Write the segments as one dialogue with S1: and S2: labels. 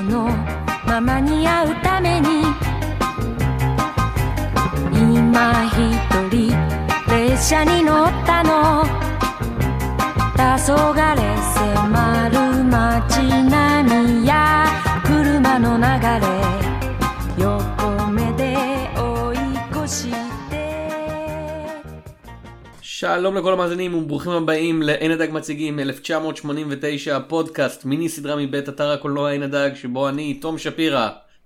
S1: のままに会うために今一人列車に乗ったの黄昏迫る街並みや車の流れ横目で追い越して
S2: שלום לכל המאזינים וברוכים הבאים לעין הדג מציגים 1989 הפודקאסט מיני סדרה מבית אתר הקולנוע עין הדג שבו אני תום שפירא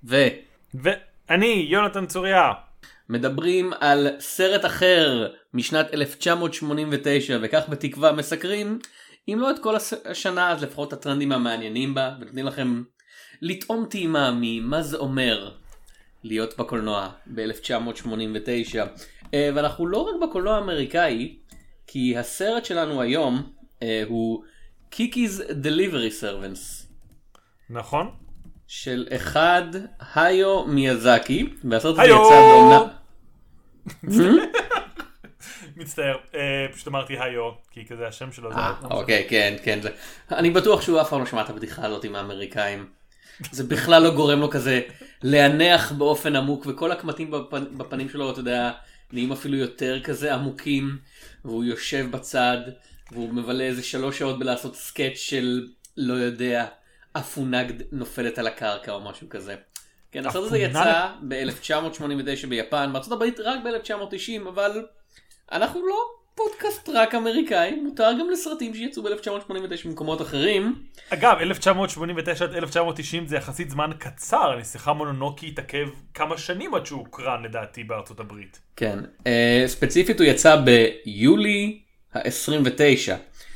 S3: ואני יונתן צוריה
S2: מדברים על סרט אחר משנת 1989 וכך בתקווה מסקרים אם לא את כל השנה אז לפחות הטרנדים המעניינים בה ונותנים לכם לטעום טעימה ממה זה אומר להיות בקולנוע ב-1989 ואנחנו לא רק בקולנוע האמריקאי כי הסרט שלנו היום הוא קיקי's Delivery Servants
S3: נכון
S2: של אחד היו מיאזקי והסרט הזה יצא באומנה
S3: מצטער, פשוט אמרתי היו כי כזה השם שלו
S2: אוקיי כן אני בטוח שהוא אף פעם לא שמע את הבדיחה הזאת עם האמריקאים זה בכלל לא גורם לו כזה להניח באופן עמוק וכל הקמטים בפנים שלו אתה יודע נהיים אפילו יותר כזה עמוקים והוא יושב בצד והוא מבלה איזה 3 שעות בלעשות סקאץ' של לא יודע אפונה נופלת על הקרקע או משהו כזה. כן, הסרט הזה יצא ב-1989 ביפן, בארצות הברית רק ב-1990 אבל אנחנו לא פודקאסט רק אמריקאי, מותר גם לסרטים שיצאו ב-1989 במקומות אחרים.
S3: אגב, 1989 עד 1990 זה יחסית זמן קצר, הנסיכה מונונוקי התעכב כמה שנים עד שהוא הוקרן לדעתי בארצות הברית.
S2: כן, ספציפית הוא יצא ביולי ה-29,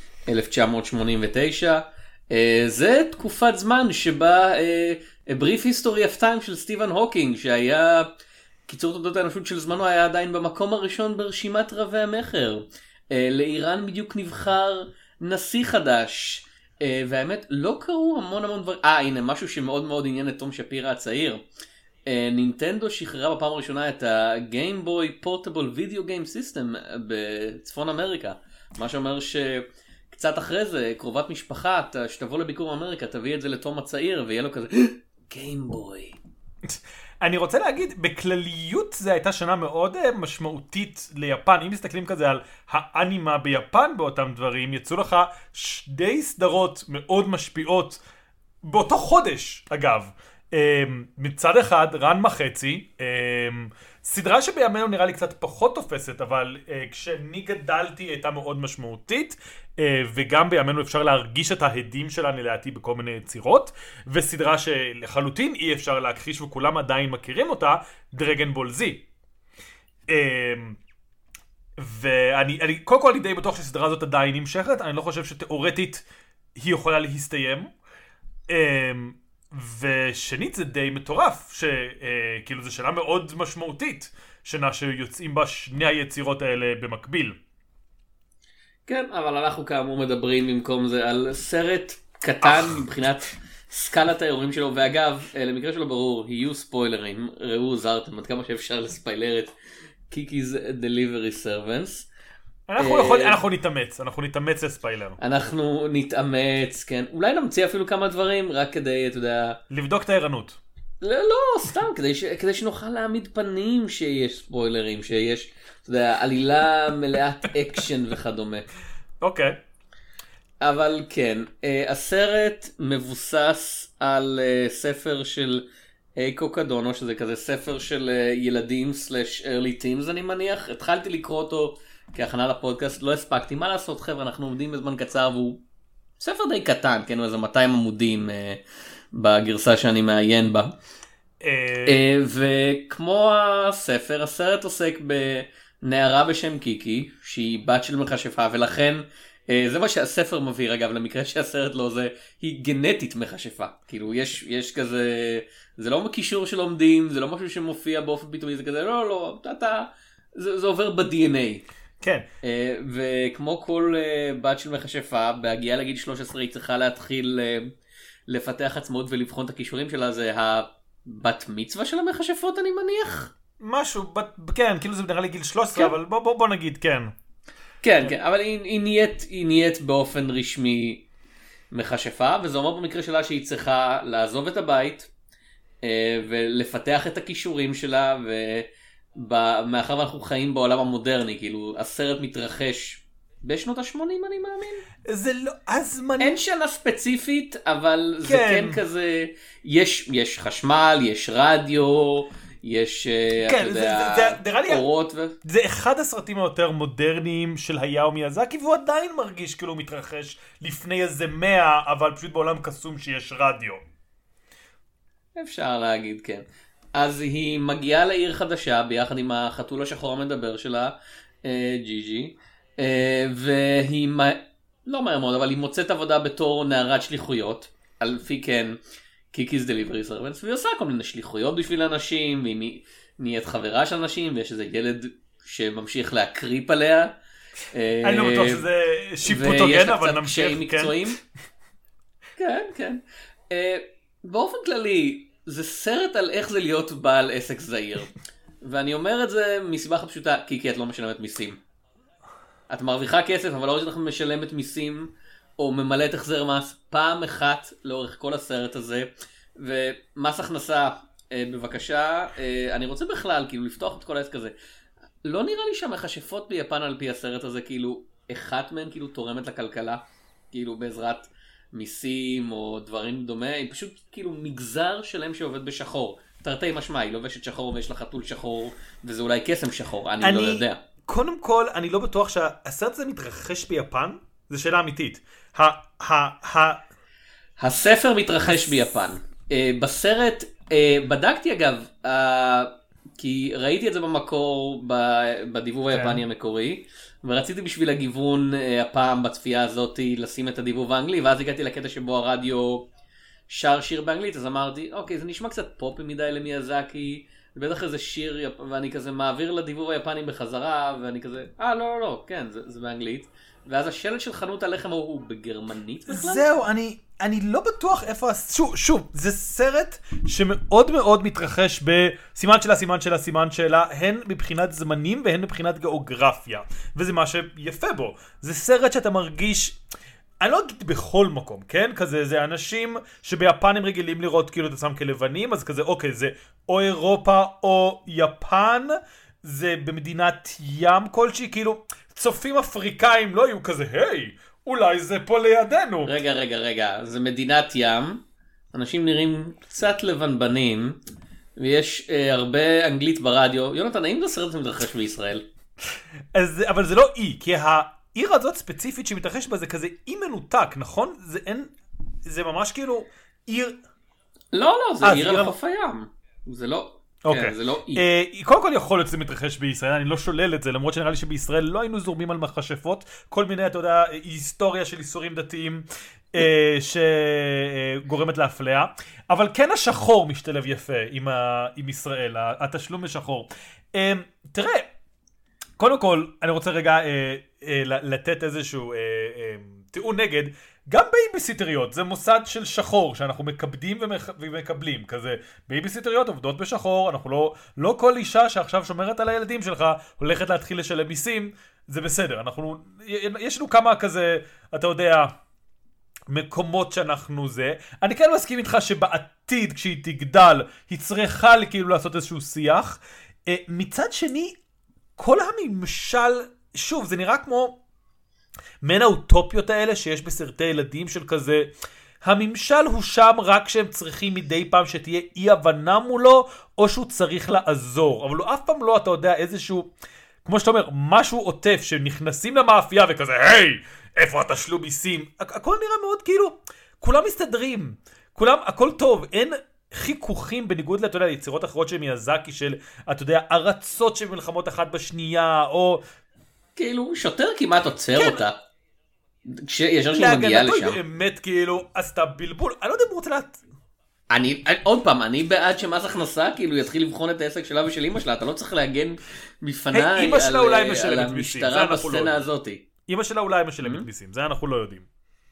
S2: 1989, זה תקופת זמן שבה A Brief History of Time של סטיבן הוקינג, שהיה קיצור תולדות האנושות של זמנו, היה עדיין במקום הראשון ברשימת רבי המחר. לאיראן בדיוק נבחר נשיא חדש, והאמת לא קרו המון דברים. הנה משהו שמאוד מאוד עניין את תום שפירא הצעיר. נינטנדו שחררה בפעם הראשונה את ה-Game Boy Portable Video Game System בצפון אמריקה. מה שאומר שקצת אחרי זה, קרובת משפחה, שתבוא לביקור אמריקה, תביא את זה לתום הצעיר, ויהיה לו כזה, Game Boy.
S3: אני רוצה להגיד, בכלליות זה הייתה שנה מאוד משמעותית ליפן. אם מסתכלים כזה על האנימה ביפן באותם דברים, יצאו לך 2 סדרות מאוד משפיעות באותו חודש, אגב. מצד אחד, רן מחצי, סדרה שבימינו נראה לי קצת פחות תופסת, אבל כשאני גדלתי הייתה מאוד משמעותית, וגם בימינו אפשר להרגיש את ההדים שלה נלעתי בכל מיני יצירות, וסדרה שלחלוטין אי אפשר להכחיש וכולם עדיין מכירים אותה, דרגן בול זי. ואני קודם כל אני די בטוח שהסדרה הזאת עדיין נמשכת, אני לא חושב שתיאורטית היא יכולה להסתיים, ושנית זה די מטורף שכאילו זה שנה מאוד משמעותית, שנה שיוצאים בה 2 היצירות האלה במקביל.
S2: כן, אבל אנחנו כאמור מדברים במקום זה על סרט קטן מבחינת סקלת האירועים שלו, ואגב למקרה שלו ברור יהיו ספוילרים, ראו זרתם עד כמה שאפשר לספיילר את קיקי's Delivery Servants.
S3: אנחנו נתאמץ לספיילר.
S2: אנחנו נתאמץ, כן. אולי נמציא אפילו כמה דברים, רק כדי, אתה יודע...
S3: לבדוק את הערנות.
S2: לא, סתם, כדי שנוכל להעמיד פנים שיש ספוילרים, שיש, אתה יודע, עלילה מלאת אקשן וכדומה.
S3: אוקיי.
S2: אבל כן, הסרט מבוסס על ספר של איקו קדונו, שזה כזה ספר של ילדים / early teens אני מניח. התחלתי לקרוא אותו כהכנה לפודקאסט, לא הספקתי. מה לעשות חבר'ה, אנחנו עומדים בזמן קצר והוא ספר די קטן, כן, הוא איזה 200 עמודים בגרסה שאני מעיין בה. וכמו הספר, הסרט עוסק בנערה בשם קיקי, שהיא בת של מכשפה, ולכן זה מה שהספר מבהיר אגב, למקרה שהסרט לא זה, היא גנטית מכשפה. כאילו יש כזה, זה לא מקישור שלומדים, זה לא משהו שמופיע באופן פתאומי, זה כזה, לא, זה עובר ב-DNA.
S3: כן.
S2: וכמו כל בת של מכשפה, בהגיעה לגיל 13 היא צריכה להתחיל לפתח עצמאות ולבחון את הכישורים שלה, זה הבת מצווה של המכשפות אני מניח?
S3: משהו, כן, כאילו זה נראה לי גיל 13, אבל בוא נגיד כן.
S2: כן, אבל היא נהיית באופן רשמי מכשפה, וזה אומר במקרה שלה שהיא צריכה לעזוב את הבית, ולפתח את הכישורים שלה, ומאחר ואנחנו חיים בעולם המודרני, כאילו הסרט מתרחש בשנות ה-80 אני מאמין.
S3: זה לא, הזמן...
S2: אין שנה ספציפית, אבל זה כן כזה, יש חשמל, יש רדיו, יש, אתה יודע, אורות.
S3: זה אחד הסרטים היותר מודרניים של היאו מיאזקי, והוא עדיין מרגיש כאילו מתרחש לפני איזה 100, אבל פשוט בעולם קסום שיש רדיו.
S2: אפשר להגיד, כן. אז היא מגיעה לעיר חדשה, ביחד עם החתול השחור המדבר שלה, ג'י, והיא, לא מהר מאוד, אבל היא מוצאת עבודה בתור נערת שליחויות, על פי כן, קיקי's Delivery Servants, והיא עושה כל מיני שליחויות בשביל אנשים, והיא נהיית חברה של אנשים, ויש איזה ילד שממשיך להקריפ עליה.
S3: אני לא בטוח שזה שיפוט הוגן, אבל נמשיך,
S2: כן. מקצועיים. כן, כן. באופן כללי, זה סרט על איך זה להיות בעל עסק זעיר. ואני אומר את זה מסיבה פשוטה, כי את לא משלמת מיסים. את מרוויחה כסף, אבל לא שאתה משלמת מיסים, או ממלאת החזר מס פעם אחת לאורך כל הסרט הזה, ומס הכנסה, בבקשה, אני רוצה בכלל כאילו לפתוח את כל העסק הזה. לא נראה לי שהמכשפות ביפן על פי הסרט הזה, כאילו, אחת מהן כאילו תורמת לכלכלה, כאילו בעזרת מיסים או דברים דומה, היא פשוט כאילו מגזר שלם שעובד בשחור. תרתי משמע, היא לובשת שחור ויש לה חתול שחור, וזה אולי קסם שחור, אני לא יודע.
S3: קודם כל, אני לא בטוח שהסרט הזה מתרחש ביפן, זו שאלה אמיתית.
S2: הספר מתרחש ביפן. בסרט, בדקתי אגב, כי ראיתי את זה במקור בדיבוב היפני המקורי, ורציתי בשביל הגיוון הפעם בצפייה הזאת לשים את הדיבוב האנגלי, ואז הגעתי לקטע שבו הרדיו שר שיר באנגלית, אז אמרתי, אוקיי, זה נשמע קצת פופי מדי למיאזקי, בטח איזה שיר, ואני כזה מעביר לדיבוב היפני בחזרה, ואני כזה, לא, כן, זה באנגלית. ואז השלט של חנות הלחם הוא בגרמנית בכלל?
S3: זהו, אני לא בטוח איפה... שוב, זה סרט שמאוד מאוד מתרחש בסימן שלה, סימן שלה, סימן שלה, הן מבחינת זמנים והן מבחינת גיאוגרפיה. וזה מה שיפה בו. זה סרט שאתה מרגיש... אני לא אגיד בכל מקום, כן? כזה, זה אנשים שביפן הם רגילים לראות כאילו את עצמם כלבנים, אז כזה, אוקיי, זה או אירופה או יפן, זה במדינת ים כלשהי, כאילו... צופים אפריקאים לא יהיו כזה, היי, אולי זה פה לידינו.
S2: רגע, זה מדינת ים, אנשים נראים קצת לבנבנים, ויש הרבה אנגלית ברדיו. יונתן, האם זה סרט שמתרחש בישראל?
S3: אבל זה לא אי, כי העיר הזאת ספציפית שמתרחש בה זה כזה אי מנותק, נכון? זה ממש כאילו עיר...
S2: לא, זה עיר על חוף הים. זה לא...
S3: אוקיי. זה לא אי. קודם כל יכול להיות שזה מתרחש בישראל, אני לא שולל את זה, למרות שנראה לי שבישראל לא היינו זורמים על מכשפות, כל מיני, אתה יודע, היסטוריה של איסורים דתיים שגורמת להפליה, אבל כן השחור משתלב יפה עם ישראל, התשלום בשחור. תראה, קודם כל אני רוצה רגע לתת איזשהו טיעון נגד, גם בייביסיטריות, זה מוסד של שחור שאנחנו מקבדים ומקבלים, כזה בייביסיטריות עובדות בשחור, אנחנו לא כל אישה שעכשיו שומרת על הילדים שלך הולכת להתחיל לשלם מיסים, זה בסדר, יש לנו כמה כזה, אתה יודע, מקומות שאנחנו זה, אני כן מסכים איתך שבעתיד כשהיא תגדל, היא צריכה כאילו לעשות איזשהו שיח, מצד שני, כל הממשל, שוב, זה נראה כמו מן האוטופיות האלה שיש בסרטי ילדים של כזה, הממשל הוא שם רק כשהם צריכים מדי פעם שתהיה אי הבנה מולו, או שהוא צריך לעזור, אבל הוא אף פעם לא, אתה יודע, איזשהו, כמו שאתה אומר, משהו עוטף, שנכנסים למאפייה וכזה, היי, איפה התשלום מיסים? הכל נראה מאוד כאילו, כולם מסתדרים, הכל טוב, אין חיכוכים בניגוד אתה יודע, ליצירות אחרות של מיאזקי, של, אתה יודע, ארצות של מלחמות אחת בשנייה, או...
S2: כאילו, שוטר כמעט עוצר אותה. ישר שהיא מגיעה לשם.
S3: להגנתו היא באמת כאילו, עשתה בלבול. אני לא יודע אם רוצה
S2: עוד פעם, אני בעד שמס הכנסה כאילו יתחיל לבחון את העסק שלה ושל אמא שלה. אתה לא צריך להגן בפניי על המשטרה בסצנה הזאת.
S3: אמא שלה אולי משלמת מיסים, זה אנחנו לא יודעים.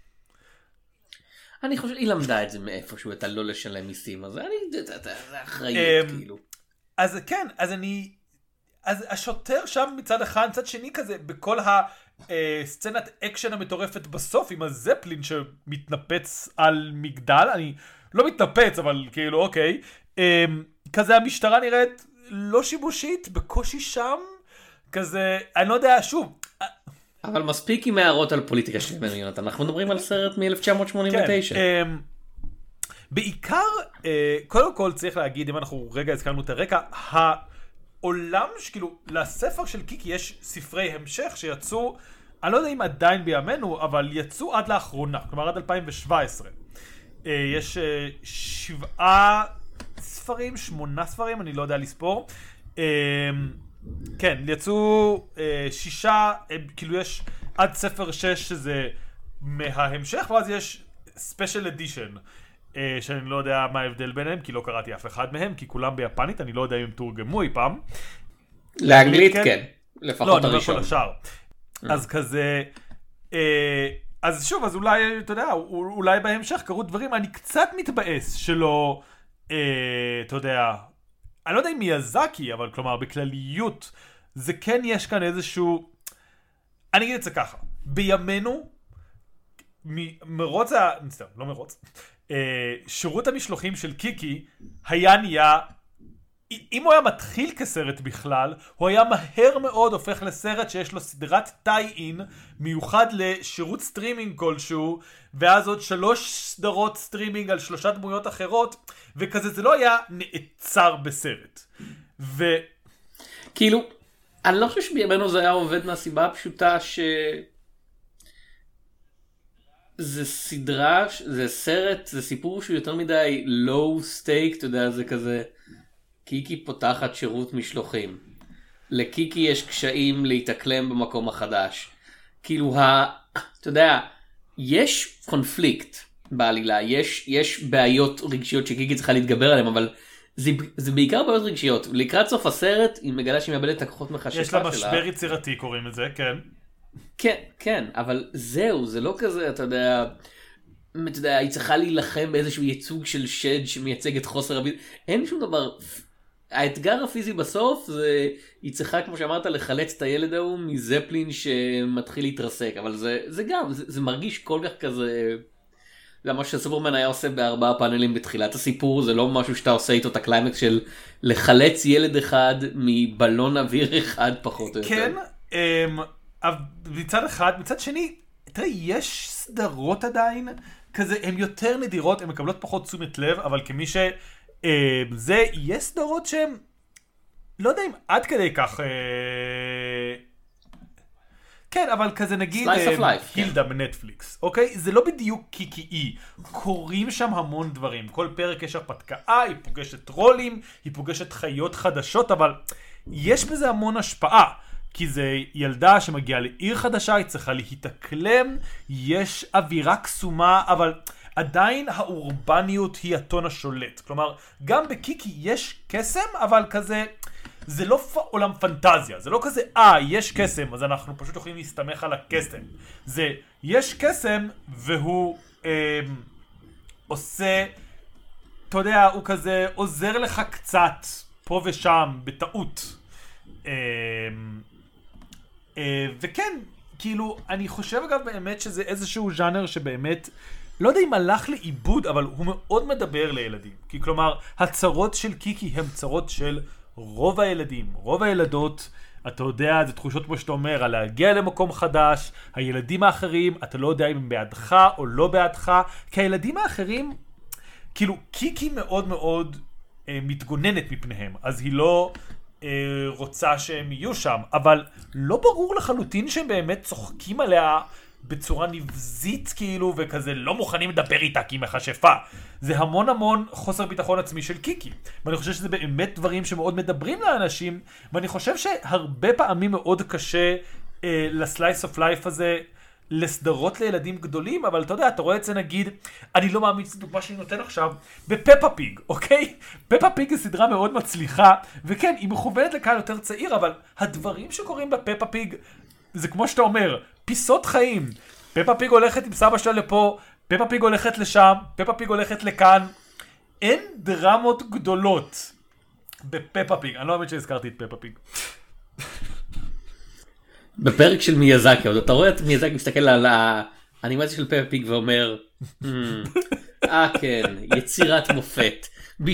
S2: אני חושב, היא למדה את זה מאיפשהו, אתה לא לשלם מיסים, אז זה אחראיות כאילו.
S3: אז כן, אז אז השוטר שם מצד אחד, מצד שני כזה, בכל הסצנת אקשן המטורפת בסוף, עם הזפלין שמתנפץ על מגדל, אני לא מתנפץ, אבל כאילו, אוקיי. כזה המשטרה נראית לא שיבושית, בקושי שם, כזה, אני לא יודע, שוב.
S2: אבל מספיק עם הערות על פוליטיקה של בן יונתן, אנחנו מדברים על סרט מ-1989.
S3: כן, בעיקר, קודם כל צריך להגיד, אם אנחנו רגע הזכרנו את הרקע, העולם, כאילו, לספר של קיקי יש ספרי המשך שיצאו, אני לא יודע אם עדיין בימינו, אבל יצאו עד לאחרונה, כלומר עד 2017. יש 7 ספרים, 8 ספרים, אני לא יודע לספור. כן, יצאו 6, כאילו יש עד ספר 6 שזה מההמשך, ואז יש ספיישל אדישן, שאני לא יודע מה ההבדל ביניהם, כי לא קראתי אף אחד מהם, כי כולם ביפנית, אני לא יודע אם הם תורגמו אי פעם.
S2: לאנגלית כן, לפחות הראשון.
S3: לא, אני לא כל השאר. אז כזה, אז שוב, אז אולי, אתה יודע, אולי בהמשך קרו דברים, אני קצת מתבאס שלא, אתה יודע, אני לא יודע אם מיאזקי, אבל כלומר, בכלליות, זה כן יש כאן איזשהו, אני אגיד את זה ככה, בימינו, מרוץ, לא מרוץ, שירות המשלוחים של קיקי היה נהיה, אם הוא היה מתחיל כסרט בכלל, הוא היה מהר מאוד הופך לסרט שיש לו סדרת טי-אין מיוחד לשירות סטרימינג כלשהו, ואז עוד 3 סדרות סטרימינג על 3 דמויות אחרות, וכזה זה לא היה נעצר בסרט.
S2: כאילו, אני לא חושב שבימינו זה היה עובד מהסיבה הפשוטה זה סדרה, זה סרט, זה סיפור שהוא יותר מדי low stake, אתה יודע, זה כזה, קיקי פותחת שירות משלוחים. לקיקי יש קשיים להתאקלם במקום החדש. כאילו, אתה יודע, יש קונפליקט בעלילה, יש בעיות רגשיות שקיקי צריכה להתגבר עליהן, אבל זה בעיקר בעיות רגשיות. לקראת סוף הסרט, היא מגלה שהיא מאבדת את הכוחות מכשפה שלה.
S3: יש לה משבר יצירתי, קוראים לזה, כן.
S2: כן, כן, אבל זהו, זה לא כזה, אתה יודע, היא צריכה להילחם באיזשהו ייצוג של שד שמייצג את חוסר הביטחון. אין שום דבר. האתגר הפיזי בסוף זה, היא צריכה, כמו שאמרת, לחלץ את הילד ההוא מזפלין שמתחיל להתרסק, אבל זה גם, זה מרגיש כל כך כזה, זה מה שסופרמן היה עושה ב4 פאנלים בתחילת הסיפור, זה לא משהו שאתה עושה איתו את הקליימקס של לחלץ ילד אחד מבלון אוויר אחד פחות או יותר.
S3: כן, מצד אחד, מצד שני, תראה, יש סדרות עדיין, כזה, הן יותר נדירות, הן מקבלות פחות תשומת לב, אבל כמי זה, יש סדרות שהן, לא יודע אם עד כדי כך, כן, אבל כזה נגיד, הילדה בנטפליקס, אוקיי? זה לא בדיוק קיקי, קוראים שם המון דברים, כל פרק יש הרפתקה, היא פוגשת טרולים, היא פוגשת חיות חדשות, אבל יש בזה המון השפעה. כי זה ילדה שמגיעה לעיר חדשה, היא צריכה להתאקלם, יש אווירה קסומה, אבל עדיין האורבניות היא הטון השולט. כלומר, גם בקיקי יש קסם, אבל כזה, זה לא עולם פנטזיה, זה לא כזה, יש קסם, אז אנחנו פשוט יכולים להסתמך על הקסם. זה, יש קסם, והוא עושה, אתה יודע, הוא כזה עוזר לך קצת, פה ושם, בטעות. וכן, כאילו, אני חושב אגב באמת שזה איזשהו ז'אנר שבאמת, לא יודע אם הלך לאיבוד, אבל הוא מאוד מדבר לילדים. כי כלומר, הצרות של קיקי הם צרות של רוב הילדים, רוב הילדות, אתה יודע, זה תחושות כמו שאתה אומר, על להגיע למקום חדש, הילדים האחרים, אתה לא יודע אם הם בעדך או לא בעדך, כי הילדים האחרים, כאילו, קיקי מאוד מאוד מתגוננת מפניהם, אז היא לא רוצה שהם יהיו שם, אבל לא ברור לחלוטין שהם באמת צוחקים עליה בצורה נבזית כאילו, וכזה לא מוכנים לדבר איתה כי היא מכשפה. זה המון המון חוסר ביטחון עצמי של קיקי, ואני חושב שזה באמת דברים שמאוד מדברים לאנשים, ואני חושב שהרבה פעמים מאוד קשה לסלייס אוף לייף הזה לסדרות לילדים גדולים, אבל אתה יודע, אתה רואה את זה נגיד, אני לא מאמין שזו דוגמה שאני נותן עכשיו, בפפה פיג, אוקיי? פפה פיג היא סדרה מאוד מצליחה, וכן, היא מכוונת לקהל יותר צעיר, אבל הדברים שקורים בפפה פיג, זה כמו שאתה אומר, פיסות חיים. פפה פיג הולכת עם סבא שלה לפה, פפה פיג הולכת לשם, פפה פיג הולכת לכאן. אין דרמות גדולות בפפה פיג. אני לא מאמין שהזכרתי את פפה פיג.
S2: בפרק של מיאזקי, אתה רואה את מיאזקי מסתכל על האנימציה של פפה פיג ואומר, כן, יצירת מופת.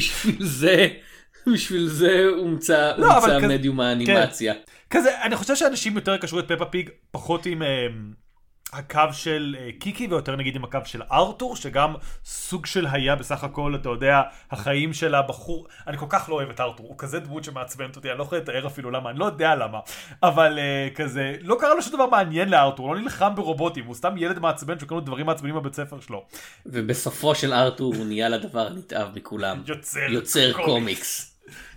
S2: בשביל זה הומצא מדיום האנימציה.
S3: כזה, אני חושב שאנשים יותר קשרו את פפה פיג פחות עם הקו של קיקי ויותר נגיד עם הקו של ארתור, שגם סוג של היה בסך הכל, אתה יודע, החיים של הבחור. אני כל כך לא אוהב את ארתור, הוא כזה דמות שמעצבנת אותי, אני לא יכול לתאר אפילו למה, אני לא יודע למה, אבל כזה, לא קרה לו שום דבר מעניין לארתור, הוא לא נלחם ברובוטים, הוא סתם ילד מעצבן שקנו דברים מעצבנים בבית ספר שלו.
S2: ובסופו של ארתור הוא נהיה לדבר הנתאהב מכולם. יוצר קומיקס.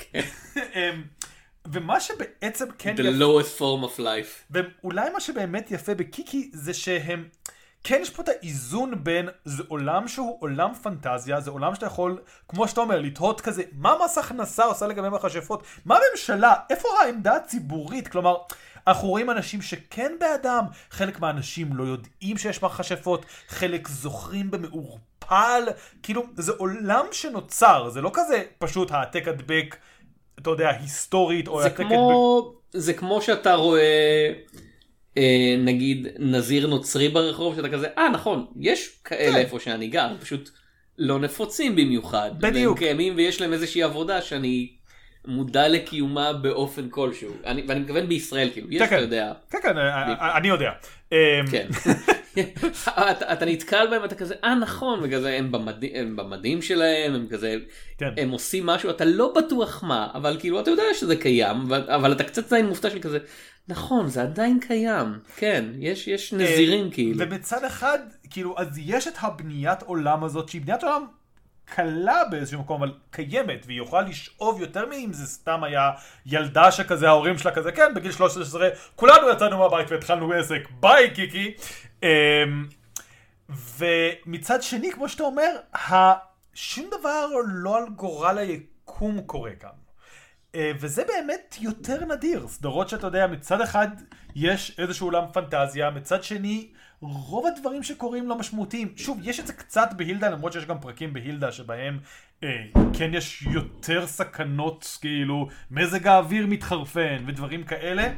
S3: ומה שבעצם כן
S2: The lowest form of life.
S3: ואולי מה שבאמת יפה בקיקי זה שהם, כן יש פה את האיזון בין, זה עולם שהוא עולם פנטזיה, זה עולם שאתה יכול, כמו שאתה אומר, לתהות כזה, מה מס הכנסה עושה לגבי מכשפות? מה הממשלה? איפה העמדה הציבורית? כלומר, אנחנו רואים אנשים שכן באדם, חלק מהאנשים לא יודעים שיש מכשפות, חלק זוכרים במעורפל, כאילו זה עולם שנוצר, זה לא כזה פשוט העתק הדבק, אתה יודע, היסטורית, או
S2: זה כמו שאתה רואה, נגיד, נזיר נוצרי ברחוב, שאתה כזה, נכון, יש כאלה איפה שאני גר, פשוט לא נפוצים במיוחד.
S3: בדיוק.
S2: והם קיימים ויש להם איזושהי עבודה שאני מודע לקיומה באופן כלשהו. ואני מכוון בישראל, כאילו, יש, אתה יודע.
S3: כן, אני יודע.
S2: כן. אתה נתקל בהם, אתה כזה, נכון, וכזה, הם במדים שלהם, הם כזה, הם עושים משהו, אתה לא בטוח מה, אבל כאילו, אתה יודע שזה קיים, אבל אתה קצת עדיין מופתע של כזה, נכון, זה עדיין קיים, כן, יש נזירים כאילו.
S3: ובצד אחד, כאילו, אז יש את הבניית עולם הזאת, שהיא בניית עולם קלה באיזשהו מקום, אבל קיימת, והיא יכולה לשאוב יותר מאם זה סתם היה ילדה שכזה, ההורים שלה כזה, כן, בגיל 13, כולנו יצאנו מהבית והתחלנו עסק, ביי קיקי. ומצד שני, כמו שאתה אומר, שום דבר לא על גורל היקום קורה כאן. וזה באמת יותר נדיר. סדרות שאתה יודע, מצד אחד יש איזשהו עולם פנטזיה, מצד שני, רוב הדברים שקורים לא משמעותיים. שוב, יש את זה קצת בהילדה, למרות שיש גם פרקים בהילדה שבהם כן יש יותר סכנות, כאילו, מזג האוויר מתחרפן ודברים כאלה.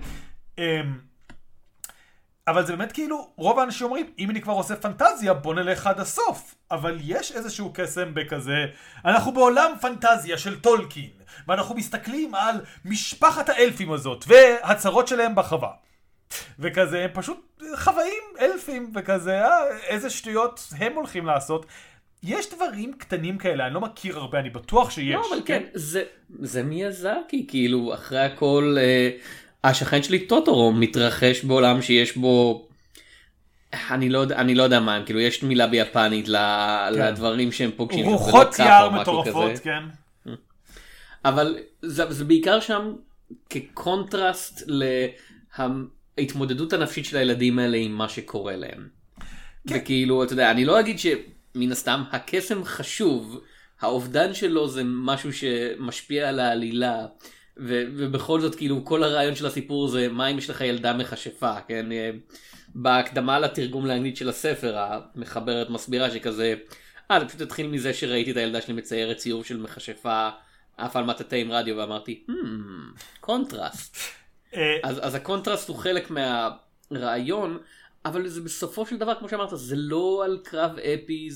S3: אבל זה באמת כאילו, רוב האנשים אומרים, אם אני כבר עושה פנטזיה, בוא נלך עד הסוף. אבל יש איזשהו קסם בכזה, אנחנו בעולם פנטזיה של טולקין, ואנחנו מסתכלים על משפחת האלפים הזאת, והצרות שלהם בחווה. וכזה, הם פשוט חוואים אלפים, וכזה, איזה שטויות הם הולכים לעשות. יש דברים קטנים כאלה, אני לא מכיר הרבה, אני בטוח שיש.
S2: לא, אבל כן, זה מיאזקי, כאילו, אחרי הכל... השכן שלי טוטורו מתרחש בעולם שיש בו, אני לא יודע מה, כאילו יש מילה ביפנית לדברים שהם פוגשים.
S3: רוחות יער מטורפות, כן.
S2: אבל זה בעיקר שם כקונטרסט להתמודדות הנפשית של הילדים האלה עם מה שקורה להם. וכאילו, אתה יודע, אני לא אגיד שמן הסתם הקסם חשוב, האובדן שלו זה משהו שמשפיע על העלילה, ובכל זאת כאילו כל הרעיון של הסיפור זה מה אם יש לך ילדה מכשפה, כן? בהקדמה לתרגום לאנגלית של הספר המחברת מסבירה שכזה, זה פשוט התחיל מזה שראיתי את הילדה שלי מציירת ציור של מכשפה אף על מטאטא עם רדיו ואמרתי קונטרסט. אז הקונטרסט הוא חלק מהרעיון, אבל זה בסופו של דבר כמו שאמרת, זה לא על קרב אפי,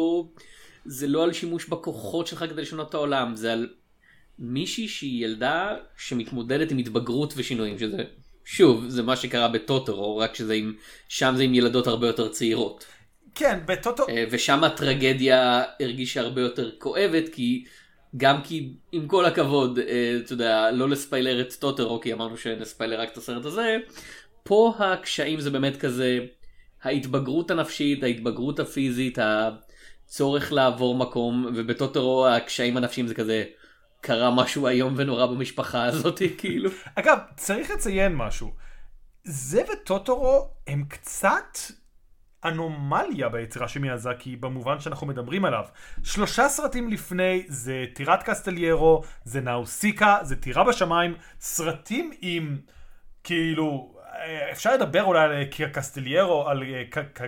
S2: זה לא על שימוש בכוחות שלך כדי לשנות את העולם, זה על מישהי שהיא ילדה שמתמודדת עם התבגרות ושינויים, שזה, שוב, זה מה שקרה בטוטורו, רק שם זה עם ילדות הרבה יותר צעירות.
S3: כן, בטוטורו.
S2: ושם הטרגדיה הרגישה הרבה יותר כואבת, גם כי עם כל הכבוד, אתה יודע, לא לספיילר את טוטורו, כי אמרנו שנספיילר רק את הסרט הזה, פה הקשיים זה באמת כזה, ההתבגרות הנפשית, ההתבגרות הפיזית, הצורך לעבור מקום, ובטוטורו הקשיים הנפשיים זה כזה, קרה משהו היום ונורא במשפחה הזאת, כאילו.
S3: אגב, צריך לציין משהו. זה וטוטורו הם קצת אנומליה ביצירה של מיאזקי, במובן שאנחנו מדברים עליו. 3 סרטים לפני זה טירת קסטליירו, זה נאוסיקה, זה טירה בשמיים, סרטים עם, כאילו, אפשר לדבר אולי על קסטליירו, על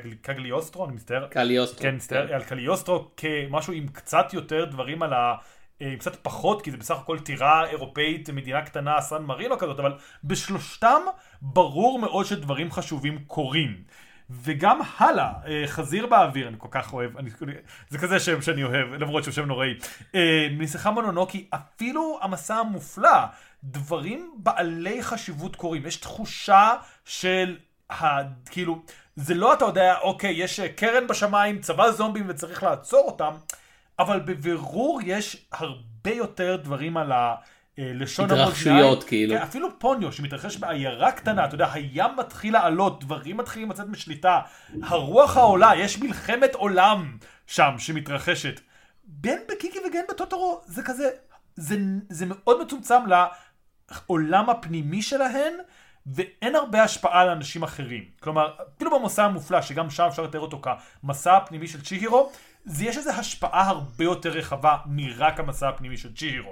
S3: קגליוסטרו, אני מצטער.
S2: קליוסטרו.
S3: כן, מצטער, על קליוסטרו כמשהו עם קצת יותר דברים על קצת פחות, כי זה בסך הכל טירה אירופאית, מדינה קטנה, סן מרינו כזאת, אבל בשלושתם ברור מאוד שדברים חשובים קורים. וגם הלאה, חזיר באוויר, אני כל כך אוהב, זה כזה שם שאני אוהב, למרות שהוא שם נוראי. משיחה מונונוקי, אפילו המסע המופלא, דברים בעלי חשיבות קורים. יש תחושה של, כאילו, זה לא אתה יודע, אוקיי, יש קרן בשמיים, צבא זומבים וצריך לעצור אותם, אבל בבירור יש הרבה יותר דברים על לשון
S2: התרחשויות כאילו.
S3: אפילו פוניו שמתרחש בעיירה קטנה, אתה יודע, הים מתחיל לעלות, דברים מתחילים לצאת משליטה, הרוח העולה, יש מלחמת עולם שם שמתרחשת. בין בקיקי וגם בטוטורו, זה כזה, זה מאוד מצומצם לעולם הפנימי שלהן, ואין הרבה השפעה על אנשים אחרים. כלומר, אפילו במסע המופלא, שגם שם אפשר לתאר אותו כמסע הפנימי של צ'יהירו, יש איזו השפעה הרבה יותר רחבה מרק המסע הפנימי של צ'יהירו.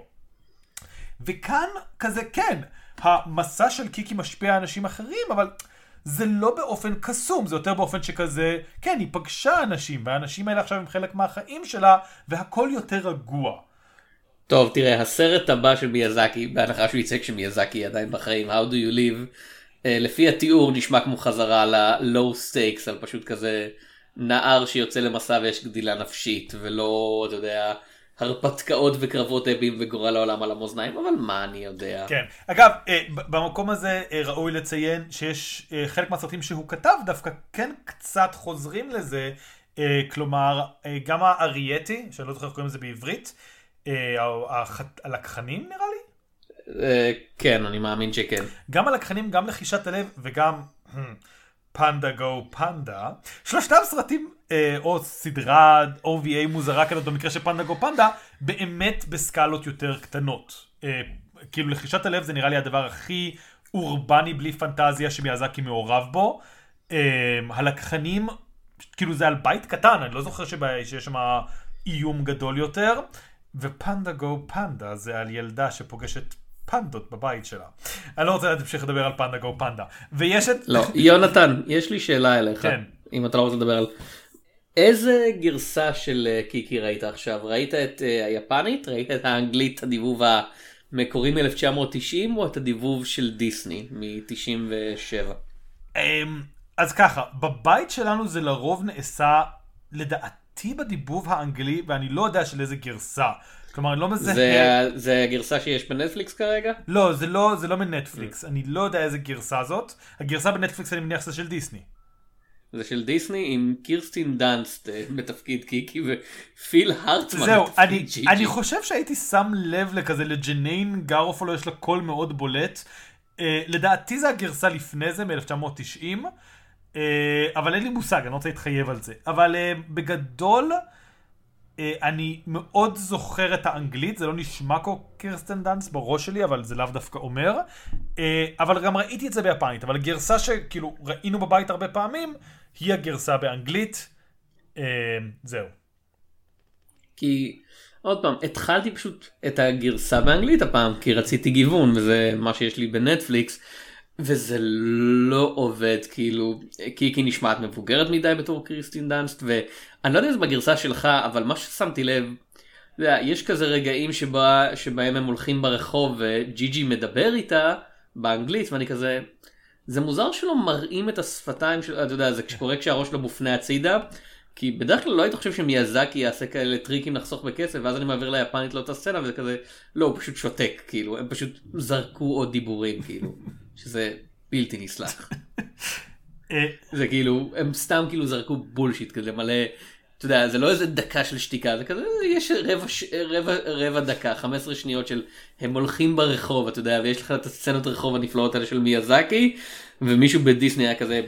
S3: וכאן כזה כן, המסע של קיקי משפיע על אנשים אחרים, אבל זה לא באופן קסום, זה יותר באופן שכזה, כן, היא פגשה אנשים, והאנשים האלה עכשיו הם חלק מהחיים שלה, והכל יותר רגוע.
S2: טוב, תראה, הסרט הבא של מיאזקי, בהנחה שהוא יצא כשמיאזקי עדיין בחיים, How do you live, לפי התיאור נשמע כמו חזרה ל-low stakes, על פשוט כזה נער שיוצא למסע ויש גדילה נפשית, ולא, אתה יודע, הרפתקאות וקרבות אבים וגורל העולם על המאזניים, אבל מה אני יודע.
S3: כן, אגב, במקום הזה ראוי לציין שיש חלק מהסרטים שהוא כתב, דווקא כן קצת חוזרים לזה, כלומר, גם הארייטי, שאני לא זוכר איך קוראים לזה בעברית, הלקחנים נראה לי?
S2: כן, אני מאמין שכן.
S3: גם הלקחנים, גם לחישת הלב וגם פנדה גו פנדה. שלושתם סרטים או סדרה OVA מוזרה כזאת במקרה של פנדה גו פנדה, באמת בסקלות יותר קטנות. כאילו לחישת הלב זה נראה לי הדבר הכי אורבני בלי פנטזיה שמיאזקי מעורב בו. הלקחנים, כאילו זה על בית קטן, אני לא זוכר שיש שם איום גדול יותר. ופנדה גו פנדה זה על ילדה שפוגשת פנדות בבית שלה. אני לא רוצה להמשיך לדבר על פנדה גו פנדה. ויש את...
S2: לא, יונתן, יש לי שאלה אליך.
S3: כן.
S2: אם אתה לא רוצה לדבר על... איזה גרסה של קיקי ראית עכשיו? ראית את היפנית? ראית את האנגלית, הדיבוב המקורי מ-1990, או את הדיבוב של דיסני מ-97?
S3: אז ככה, בבית שלנו זה לרוב נעשה לדעתי בדיבוב האנגלי, ואני לא יודע של איזה גרסה. כלומר, אני לא מזהה...
S2: זה הגרסה שיש בנטפליקס כרגע?
S3: לא, זה לא מנטפליקס. אני לא יודע איזה גרסה זאת. הגרסה בנטפליקס אני מניח זה של דיסני.
S2: זה של דיסני עם קירסטין דאנסט בתפקיד קיקי ופיל הרטמן.
S3: זהו, אני חושב שהייתי שם לב לכזה, לג'ניין גרופולו יש לה קול מאוד בולט. לדעתי זה הגרסה לפני זה, מ-1990. אבל אין לי מושג, אני לא רוצה להתחייב על זה. אבל בגדול, אני מאוד זוכר את האנגלית, זה לא נשמע כמו קירסטן דאנס בראש שלי, אבל זה לאו דווקא אומר. אבל גם ראיתי את זה ביפנית, אבל הגרסה שכאילו ראינו בבית הרבה פעמים, היא הגרסה באנגלית. זהו.
S2: כי, עוד פעם, התחלתי פשוט את הגרסה באנגלית הפעם, כי רציתי גיוון, וזה מה שיש לי בנטפליקס. וזה לא עובד, כאילו, קיקי נשמעת מבוגרת מדי בתור קריסטין דאנסט, ואני לא יודע אם זה בגרסה שלך, אבל מה ששמתי לב, יש כזה רגעים שבהם הם הולכים ברחוב, וג'יג'י מדבר איתה באנגלית, ואני כזה, זה מוזר שלא מראים את השפתיים של, אתה יודע, זה קורה כשהראש לא מופנה הצידה, כי בדרך כלל לא היית חושב שמיאזקי יעשה כאלה טריקים לחסוך בכסף, ואז אני מעביר ליפנית לאותה סצנה, וזה כזה, לא, הוא פשוט שותק, כאילו, הם פשוט זרקו עוד דיבורים, כאילו. שזה בלתי נסלח. זה כאילו, הם סתם כאילו זרקו בולשיט כזה מלא, אתה יודע, זה לא איזה דקה של שתיקה, זה כזה, יש רבע דקה, 15 שניות של הם הולכים ברחוב, אתה יודע, ויש לך את הסצנות רחוב הנפלאות האלה של מיאזקי, ומישהו בדיסני היה כזה,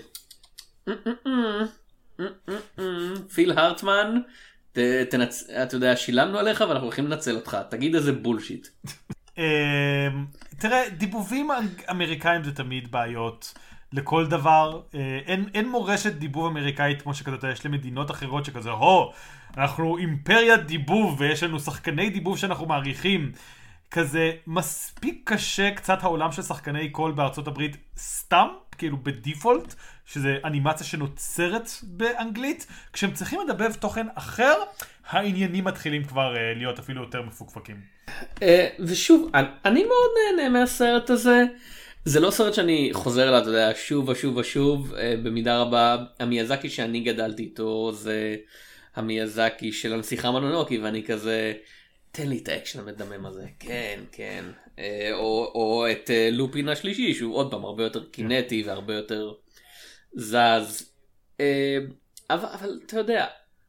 S2: פיל הרטמן, אתה יודע, שילמנו עליך ואנחנו הולכים לנצל אותך, תגיד איזה בולשיט.
S3: תראה, דיבובים אמריקאים זה תמיד בעיות לכל דבר. אין מורשת דיבוב אמריקאית כמו שכזאת יש למדינות אחרות שכזה, אנחנו אימפריית דיבוב ויש לנו שחקני דיבוב שאנחנו מעריכים. כזה מספיק קשה קצת העולם של שחקני קול בארצות הברית סתם, כאילו בדיפולט, שזה אנימציה שנוצרת באנגלית, כשהם צריכים לדבב תוכן אחר, העניינים מתחילים כבר להיות אפילו יותר מפוקפקים.
S2: ושוב, אני מאוד נהנה מהסרט הזה. זה לא סרט שאני חוזר אליו, אתה יודע, שוב ושוב ושוב, במידה רבה. המיאזקי שאני גדלתי איתו זה המיאזקי של הנסיכה מונונוקי, ואני כזה, תן לי את האקשן המדמם הזה, כן, כן. או את לופין השלישי, שהוא עוד פעם הרבה יותר קינטי והרבה יותר זז. אבל אתה יודע,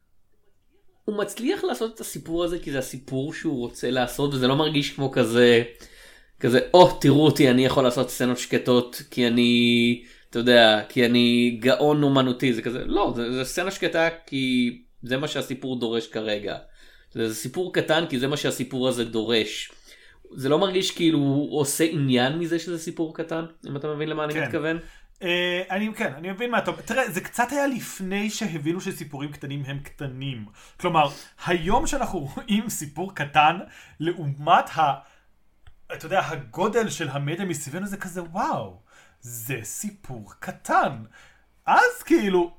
S2: הוא מצליח לעשות את הסיפור הזה כי זה הסיפור שהוא רוצה לעשות, וזה לא מרגיש כמו כזה, תראו אותי, אני יכול לעשות סצנות שקטות כי אני, אתה יודע, כי אני גאון אומנותי, זה כזה, לא, זה סצנה שקטה כי זה מה שהסיפור דורש כרגע. זה סיפור קטן כי זה מה שהסיפור הזה דורש. זה לא מרגיש כאילו הוא עושה עניין מזה שזה סיפור קטן, אם אתה מבין למה אני מתכוון?
S3: אני מבין מה אתה אומר. תראה, זה קצת היה לפני שהבינו שסיפורים קטנים הם קטנים. כלומר, היום שאנחנו רואים סיפור קטן, לעומת אתה יודע, הגודל של המדיה מסביבנו, זה כזה, וואו, זה סיפור קטן. אז כאילו,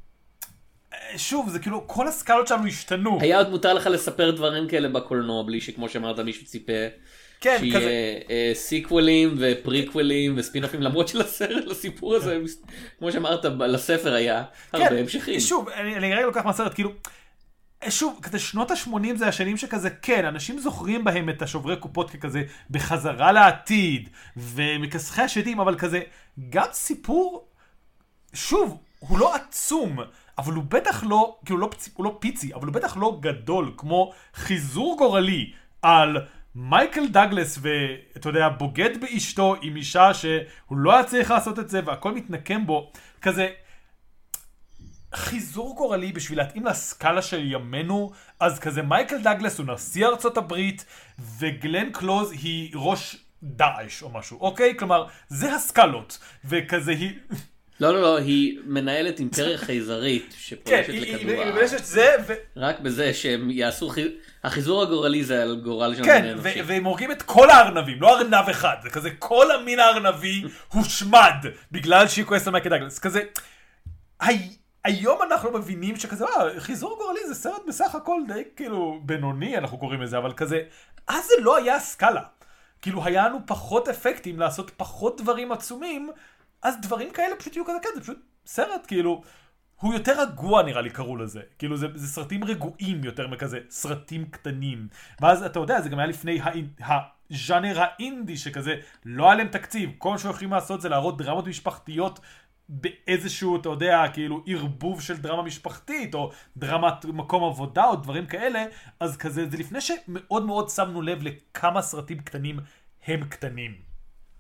S3: שוב, זה כאילו, כל הסקלות שלנו השתנו.
S2: היה עוד מותר לך לספר דברים כאלה בקולנוע, בלי שכמו שאמרת מישהו ציפה,
S3: כן,
S2: שיהיה סיקוולים ופריקוולים וספינופים, למרות שלסרט, לסיפור הזה, כמו שאמרת, לספר היה הרבה המשכים.
S3: שוב, אני רגע לוקח מהסרט, כאילו, שוב, כזה שנות ה-80 זה השנים שכזה, כן, אנשים זוכרים בהם את השוברי קופות ככזה בחזרה לעתיד, ומכסחי השדים, אבל כזה, גם סיפור, שוב, הוא לא עצום, אבל הוא בטח לא, כאילו הוא לא פיצי, אבל הוא בטח לא גדול, כמו חיזור גורלי על מייקל דאגלס, ואתה יודע, בוגד באשתו עם אישה שהוא לא היה צריך לעשות את זה, והכל מתנקם בו, כזה, חיזור גורלי בשביל להתאים לסקאלה של ימינו, אז כזה מייקל דאגלס הוא נשיא ארצות הברית, וגלן קלוז היא ראש דאעש או משהו, אוקיי? כלומר, זה הסקאלות, וכזה היא...
S2: לא, היא מנהלת אימפריה חייזרית שפולשת לכדור הארץ. רק בזה שהם יעשו, החיזור הגורלי זה על גורל של המין האנושי.
S3: כן, והם הורגים את כל הארנבים, לא ארנב אחד, זה כזה כל המין הארנבי הושמד בגלל שהיא כועסת על מייקל דאגלס. כזה, היום אנחנו מבינים שכזה, חיזור גורלי זה סרט בסך הכל די כאילו בינוני, אנחנו קוראים לזה, אבל כזה, אז זה לא היה סקאלה. כאילו היה לנו פחות אפקטים לעשות פחות דברים עצומים, אז דברים כאלה פשוט יהיו כזה, כן, זה פשוט סרט, כאילו, הוא יותר רגוע נראה לי קראו לזה, כאילו זה סרטים רגועים יותר מכזה, סרטים קטנים, ואז אתה יודע, זה גם היה לפני הז'אנר האינדי שכזה, לא היה להם תקציב, כל מה שיכולים לעשות זה להראות דרמות משפחתיות באיזשהו, אתה יודע, כאילו ערבוב של דרמה משפחתית, או דרמת מקום עבודה, או דברים כאלה, אז כזה, זה לפני שמאוד מאוד שמנו לב לכמה סרטים קטנים הם קטנים.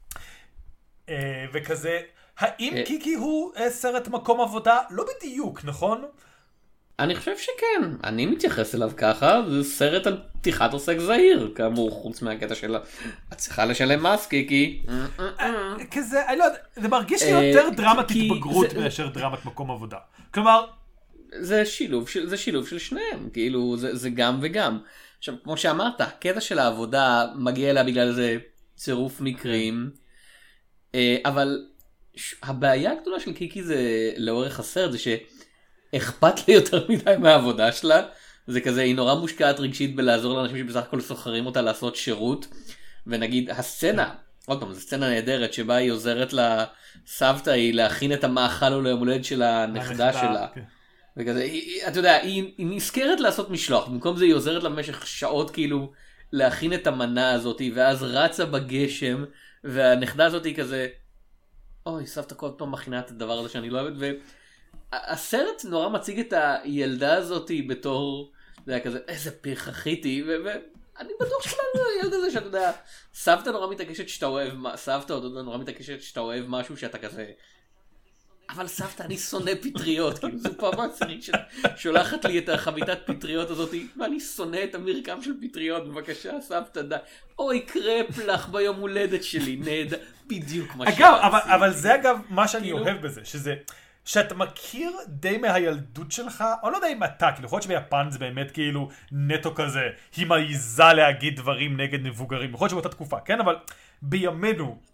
S3: וכזה, האם קיקי הוא סרט מקום עבודה? לא בדיוק, נכון?
S2: אני חושב שכן, אני מתייחס אליו ככה, זה סרט על פתיחת עוסק זעיר, כאמור, חוץ מהקטע שלה, את צריכה לשלם מס, קיקי.
S3: כזה, אני לא יודע, זה מרגיש לי יותר דרמת התבגרות מאשר דרמת מקום עבודה. כלומר...
S2: זה שילוב של שניהם, כאילו, זה גם וגם. עכשיו, כמו שאמרת, הקטע של העבודה מגיע אליה בגלל זה צירוף מקרים, אבל הבעיה הגדולה של קיקי זה לאורך הסרט זה שאכפת לי יותר מדי מהעבודה שלה, זה כזה היא נורא מושקעת רגשית בלעזור לאנשים שבסך הכל סוחרים אותה לעשות שירות, ונגיד הסצנה, עוד פעם זו סצנה נהדרת שבה היא עוזרת לסבתא היא להכין את המאכל או ליום הולדת של הנכדה שלה, וכזה אתה יודע היא נזכרת לעשות משלוח, במקום זה היא עוזרת לה במשך שעות כאילו להכין את המנה הזאת, ואז רצה בגשם והנכדה הזאת היא כזה, אוי, סבתא כל פעם מכינה את הדבר הזה שאני לא אוהבת, והסרט נורא מציג את הילדה הזאת בתור, זה היה כזה, איזה פרחחית היא, ואני בטוח שלנו הילד הזה שאתה יודע, סבתא נורא מתעקשת שאתה אוהב, סבתא או דודה נורא מתעקשת שאתה אוהב משהו שאתה כזה, אבל סבתא אני שונא פטריות, כאילו זו פעם הצרית ששולחת לי את החביתת פטריות הזאת, ואני שונא את המרקם של פטריות, בבקשה סבתא די, אוי קרפ לך ביום הולדת שלי, נהדר, בדיוק מה שרציתי.
S3: אגב, אבל זה אגב מה שאני אוהב בזה, שזה, שאתה מכיר די מהילדות שלך, או לא יודע אם אתה, כאילו יכול להיות שביפן זה באמת כאילו נטו כזה, היא מעיזה להגיד דברים נגד מבוגרים, יכול להיות שבאותה תקופה, כן? אבל בימינו,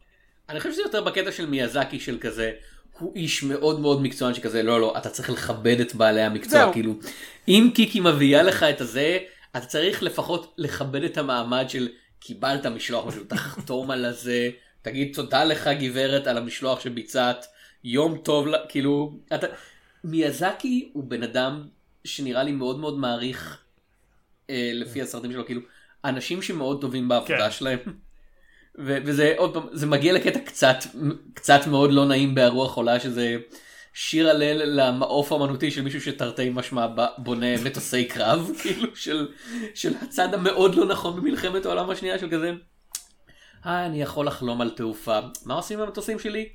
S2: אני חושב שזה יותר בקטע של מיאזקי של כזה, הוא איש מאוד מאוד מקצוען שכזה, לא, אתה צריך לכבד את בעלי המקצוע, כאילו, אם קיקי מביאה לך את הזה, אתה צריך לפחות לכבד את המעמד של קיבלת משלוח משהו, תחתום על הזה, תגיד תודה לך גברת על המשלוח שביצעת, יום טוב, כאילו, מיאזקי הוא בן אדם שנראה לי מאוד מאוד מעריך, לפי הסרטים שלו, כאילו, אנשים שמאוד טובים בעבודה שלהם, וזה עוד פעם, זה מגיע לקטע קצת מאוד לא נעים ברוח עולה, שזה שיר הלל למעוף האמנותי של מישהו שתרתי משמע בונה מטוסי קרב, כאילו של הצד המאוד לא נכון במלחמת העולם השנייה של כזה, אני יכול לחלום על תעופה, מה עושים עם המטוסים שלי?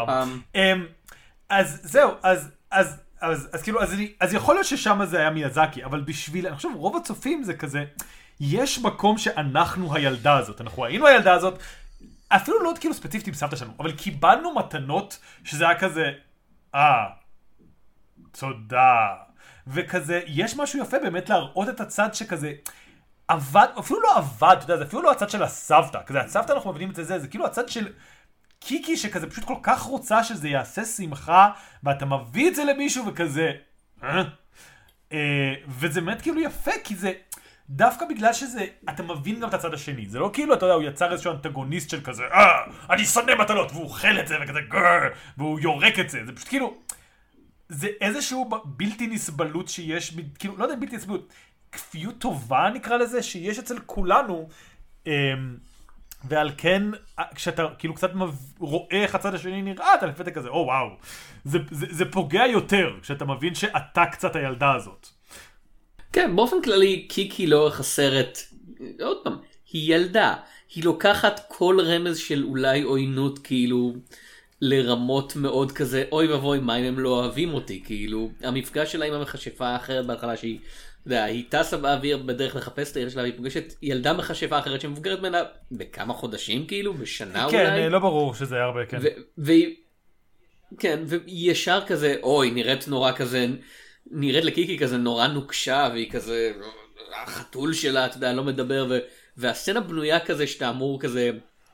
S3: אז זהו, אז כאילו, אז יכול להיות ששם זה היה מיאזקי, אבל בשביל, אני חושב, רוב הצופים זה כזה, יש מקום שאנחנו הילדה הזאת, אנחנו היינו הילדה הזאת, אפילו לא כאילו ספציפית עם סבתא שלנו, אבל קיבלנו מתנות שזה היה כזה, תודה. וכזה, יש משהו יפה באמת להראות את הצד שכזה, עבד, אפילו לא עבד, אתה יודע, זה אפילו לא הצד של הסבתא, כזה, הסבתא אנחנו מבינים את זה כאילו הצד של קיקי שכזה פשוט כל כך רוצה שזה יעשה שמחה, ואתה מביא את זה למישהו וכזה, וזה באמת כאילו יפה, כי זה, דווקא בגלל שזה, אתה מבין גם את הצד השני, זה לא כאילו, אתה יודע, הוא יצר איזשהו אנטגוניסט של כזה, אני שונא מטלות, והוא אוכל את זה וכזה, והוא יורק את זה, זה פשוט כאילו, זה איזשהו בלתי נסבלות שיש, כאילו, לא יודע בלתי נסבלות, כפיות טובה נקרא לזה, שיש אצל כולנו, ועל כן, כשאתה כאילו קצת רואה איך הצד השני נראה, אתה לפתע כזה, וואו, זה פוגע יותר, כשאתה מבין שאתה קצת הילדה הזאת.
S2: כן, באופן כללי, קיקי לאורך הסרט, עוד פעם, היא ילדה, היא לוקחת כל רמז של אולי עוינות, כאילו, לרמות מאוד כזה, אוי ובוי, מה אם הם לא אוהבים אותי, כאילו, המפגש שלה עם המכשפה האחרת בהתחלה שהיא, אתה יודע, היא טסה באוויר בדרך לחפש את העיר שלה, והיא פוגשת ילדה מכשפה אחרת שמבוגרת ממנה בכמה חודשים, כאילו, בשנה אולי.
S3: כן, לא ברור שזה היה הרבה, כן.
S2: כן, והיא ישר כזה, אוי, נראית נורא כזה, נראית לקיקי כזה נורא נוקשה, והיא כזה, החתול שלה, אתה יודע, לא מדבר, והסצנה בנויה כזה שאתה אמור כזה,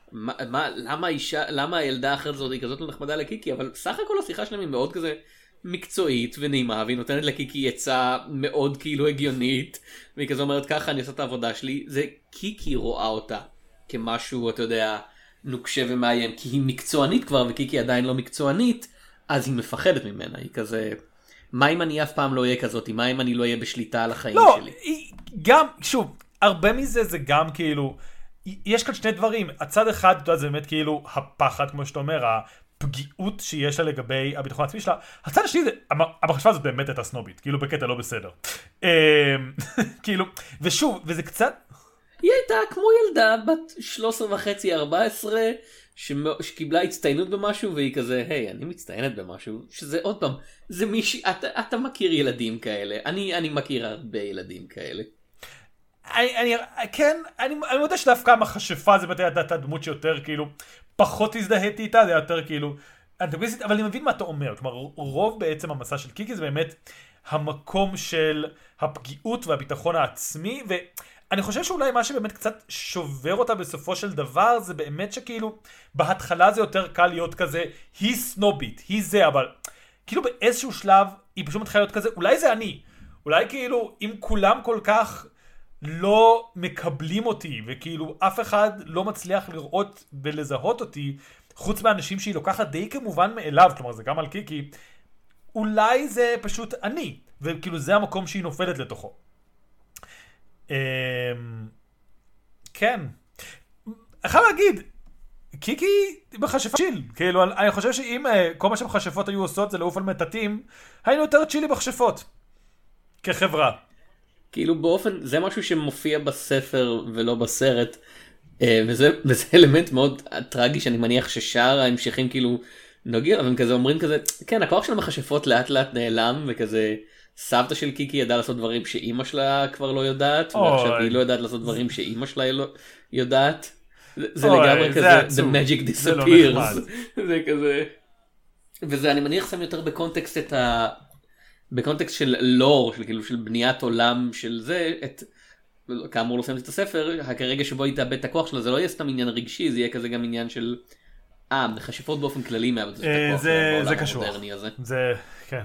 S2: למה הילדה האחרת הזאת היא כזאת לא נחמדה לקיקי, אבל סך הכל השיחה שלהם היא מאוד כזה מקצועית ונעימה, והיא נותנת לקיקי עצה מאוד כאילו הגיונית, והיא כזה אומרת ככה אני עושה את העבודה שלי, זה קיקי רואה אותה כמשהו, אתה יודע, נוקשה ומאיים, כי היא מקצוענית כבר, וקיקי עדיין לא מקצוענית, אז היא מפחדת ממנה, היא כזה, מה אם אני אף פעם לא אהיה כזאת, מה אם אני לא אהיה בשליטה על החיים שלי?
S3: לא, גם, שוב, הרבה מזה זה גם כאילו, יש כאן שני דברים, הצד אחד, אתה יודע, זה באמת כאילו הפחד, כמו שאתה אומר, הפגיעות שיש לה לגבי הביטחון העצמי שלה, הצד השני, המחשבה הזאת באמת הייתה סנובית, כאילו בקטע לא בסדר. כאילו, ושוב, וזה קצת...
S2: היא הייתה כמו ילדה בת 13.5-14, שקיבלה הצטיינות במשהו, והיא כזה, היי, אני מצטיינת במשהו, שזה עוד פעם, זה מישהי, אתה מכיר ילדים כאלה, אני מכיר הרבה ילדים כאלה.
S3: כן, אני יודע שדווקא המכשפה זה באמת הייתה דמות שיותר כאילו, פחות הזדהיתי איתה, זה יותר כאילו, אבל אני מבין מה אתה אומר, כלומר, רוב בעצם המסע של קיקי זה באמת המקום של הפגיעות והביטחון העצמי, ואני חושב שאולי מה שבאמת קצת שובר אותה בסופו של דבר, זה באמת שכאילו, בהתחלה זה יותר קל להיות כזה, היא סנובית, היא זה, אבל כאילו באיזשהו שלב, היא פשוט מתחילה להיות כזה, אולי זה אני, אולי כאילו, אם כולם כל כך לא מקבלים אותי, וכאילו אף אחד לא מצליח לראות ולזהות אותי, חוץ מהאנשים שהיא לוקחת די כמובן מאליו, כלומר זה גם על קיקי, אולי זה פשוט אני, וכאילו זה המקום שהיא נופלת לתוכו. כן. איך להגיד, קיקי בחשפה צ'יל, כאילו אני חושב שאם כל מה שמכשפות היו עושות זה לעוף על מטטים, היינו יותר צ'ילי בחשפות, כחברה.
S2: כאילו באופן, זה משהו שמופיע בספר ולא בסרט, וזה אלמנט מאוד טרגי שאני מניח ששאר ההמשכים כאילו נוגעים, אבל הם כזה אומרים כזה, כן, הכוח של המכשפות לאט לאט נעלם, וכזה סבתא של קיקי ידעה לעשות דברים שאימא שלה כבר לא יודעת, ועכשיו היא לא יודעת לעשות דברים שאימא שלה לא יודעת. זה לגמרי כזה, the magic disappears. זה כזה, וזה אני מניח שם יותר בקונטקסט את בקונטקסט של לור, של כאילו של בניית עולם של זה, כאמור לא סיימת את הספר, כרגע שבו היא תאבד את הכוח שלה, זה לא יהיה סתם עניין רגשי, זה יהיה כזה גם עניין של מכשפות באופן כללי מאבדות את הכוח
S3: זה קשור.
S2: המודרני הזה.
S3: זה, כן.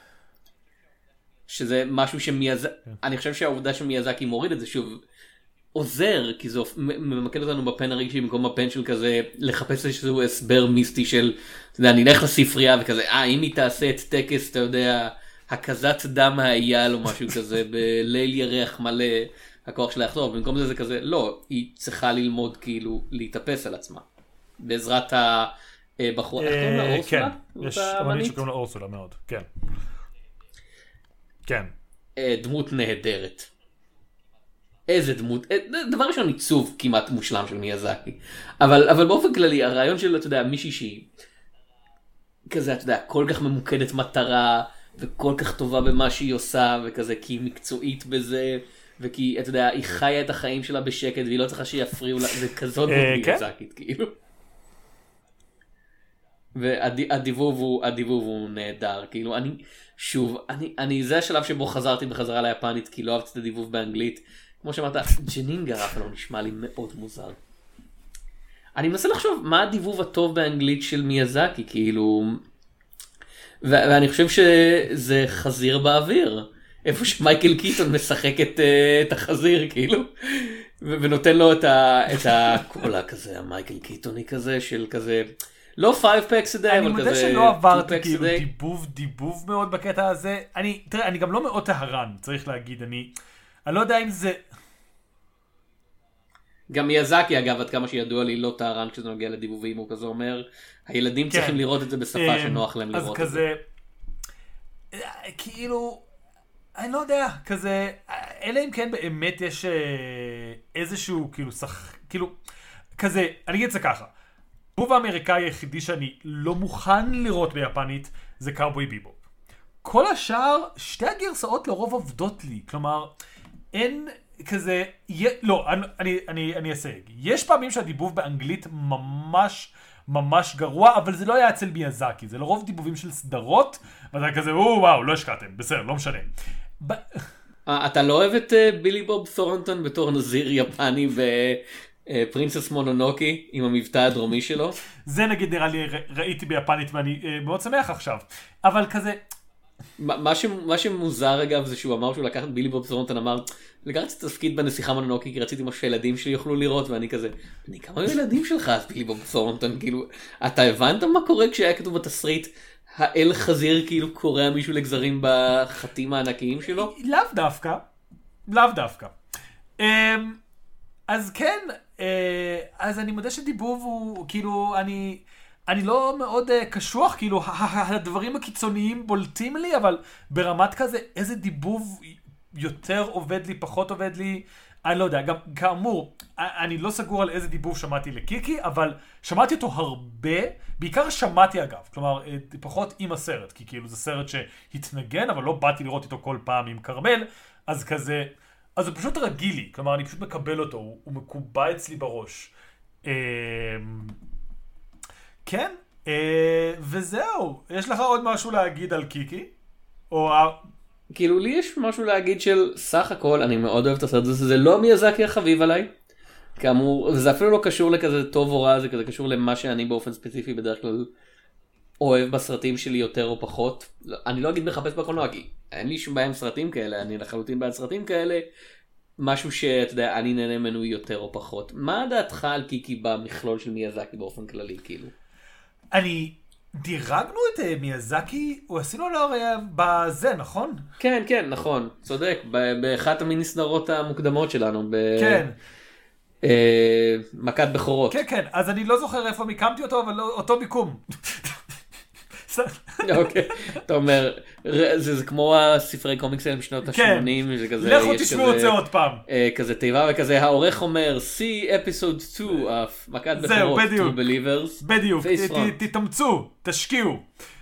S2: שזה משהו אני חושב שהעובדה שמיאזקי מוריד את זה שוב עוזר, כי זה ממקד אותנו בפן הרגשי במקום הפן של כזה לחפש איזשהו הסבר מיסטי של, אתה יודע, נלך לספרייה וכזה, אם היא תעשה את טקס, אתה יודע, הקזת דם האייל או משהו כזה, בליל ירח מלא, הכוח שלה יחזור, במקום זה כזה, לא, היא צריכה ללמוד כאילו להתאפס על עצמה. בעזרת הבחורה, איך קוראים לה אורסולה?
S3: כן, יש אמנית שקוראים לה אורסולה מאוד, כן. כן.
S2: דמות נהדרת. איזה דמות, דבר ראשון עיצוב כמעט מושלם של מיאזקי. אבל באופן כללי, הרעיון של, אתה יודע, מישהי שהיא כזה, אתה יודע, כל כך ממוקדת מטרה, וכל כך טובה במה שהיא עושה, וכזה, כי היא מקצועית בזה, וכי, אתה יודע, היא חיה את החיים שלה בשקט, והיא לא צריכה שיפריעו לה, זה כזאת מיאזקית, כאילו. והדיבוב הוא נהדר, כאילו, זה השלב שבו חזרתי בחזרה ליפנית, כי לא אהבתי את הדיבוב באנגלית. כמו שאמרת, ג'נין גרף לא נשמע לי מאוד מוזר. אני מנסה לחשוב מה הדיבוב הטוב באנגלית של מיאזקי, כאילו, ואני חושב שזה חזיר באוויר, איפה שמייקל קיטון משחק את החזיר, כאילו, ונותן לו את הקולה כזה, המייקל קיטוני כזה, של כזה, לא 5 packs a day, אבל כזה 2 packs a day.
S3: אני מודה שלא עברתי כאילו דיבוב מאוד בקטע הזה. תראה, אני גם לא מאוד טהרן, צריך להגיד, אני לא יודע אם זה...
S2: גם מיאזקי, אגב, עד כמה שידוע לי, לא טהרן כשזה נוגע לדיבובים, הוא כזה אומר, הילדים צריכים לראות את זה בשפה שנוח להם לראות את זה.
S3: אז כזה, כאילו, אני לא יודע, כזה, אלא אם כן באמת יש איזשהו, כאילו, כזה, אני אגיד את זה ככה, הדיבוב האמריקאי היחידי שאני לא מוכן לראות ביפנית, זה קאובוי ביבופ. כל השאר, שתי הגרסאות לרוב עובדות לי, כלומר, אין כזה, לא, אני אסייג. יש פעמים שהדיבוב באנגלית ממש גרוע, אבל זה לא היה אצל מיאזקי, זה לרוב דיבובים של סדרות, ואתה כזה, וואו, לא השקעתם, בסדר, לא משנה.
S2: אתה לא אוהב את בילי בוב תורנטון בתור נזיר יפני בפרינסס מונונוקי עם המבטא הדרומי שלו?
S3: זה נגיד נראה לי ראיתי ביפנית ואני מאוד שמח עכשיו, אבל כזה...
S2: מה שמוזר אגב זה שהוא אמר שהוא לקח את בילי בוב תורנטון, אמר לקחתי את התפקיד בנסיכה מונונוקי כי רציתי מה שהילדים שלי יוכלו לראות, ואני כזה, כמה ילדים שלך אז בילי בוב תורנטון, כאילו אתה הבנת מה קורה כשהיה כתוב בתסריט האל חזיר כאילו קורע מישהו לגזרים בחטים הענקיים שלו?
S3: לאו דווקא. אז כן, אז אני מודה שדיבוב הוא כאילו, אני לא מאוד קשוח, כאילו הדברים הקיצוניים בולטים לי, אבל ברמת כזה איזה דיבוב יותר עובד לי, פחות עובד לי, אני לא יודע. גם כאמור, אני לא סגור על איזה דיבוב שמעתי לקיקי, אבל שמעתי אותו הרבה, בעיקר שמעתי אגב, כלומר פחות עם הסרט, כי כאילו זה סרט שהתנגן, אבל לא באתי לראות איתו כל פעם עם קרמל, אז כזה, אז זה פשוט רגיל לי, כלומר אני פשוט מקבל אותו, הוא מקובע אצלי בראש. כן, וזהו. יש לך עוד משהו להגיד על קיקי?
S2: כאילו לי יש משהו להגיד של סך הכל, אני מאוד אוהב את הסרט הזה, זה לא מיאזקי החביב עליי, כאמור, וזה אפילו לא קשור לכזה טוב או רע, זה כזה קשור למה שאני באופן ספציפי בדרך כלל אוהב בסרטים שלי יותר או פחות. אני לא אגיד מחפש בקולנוע, כי אין לי שום בעיה עם סרטים כאלה, אני לחלוטין בעד סרטים כאלה, משהו שאתה יודע, אני נהנה ממנו יותר או פחות. מה דעתך על קיקי במכלול של מיאזקי באופן כללי, כאילו?
S3: דירגנו את מיאזקי, הוא עשינו לו הרי בזה, נכון?
S2: כן, נכון, צודק, באחת המיני סדרות המוקדמות שלנו,
S3: כן.
S2: מכת בכורות.
S3: כן, אז אני לא זוכר איפה מיקמתי אותו, אבל אותו מיקום.
S2: אוקיי, אתה אומר, זה כמו הספרי קומיקס האלה משנות ה-80,
S3: לכו תשמעו את זה עוד פעם.
S2: כזה תיבה וכזה, העורך אומר, see episode 2 of מכת בכורות, True Believers.
S3: בדיוק, תתאמצו, תשקיעו.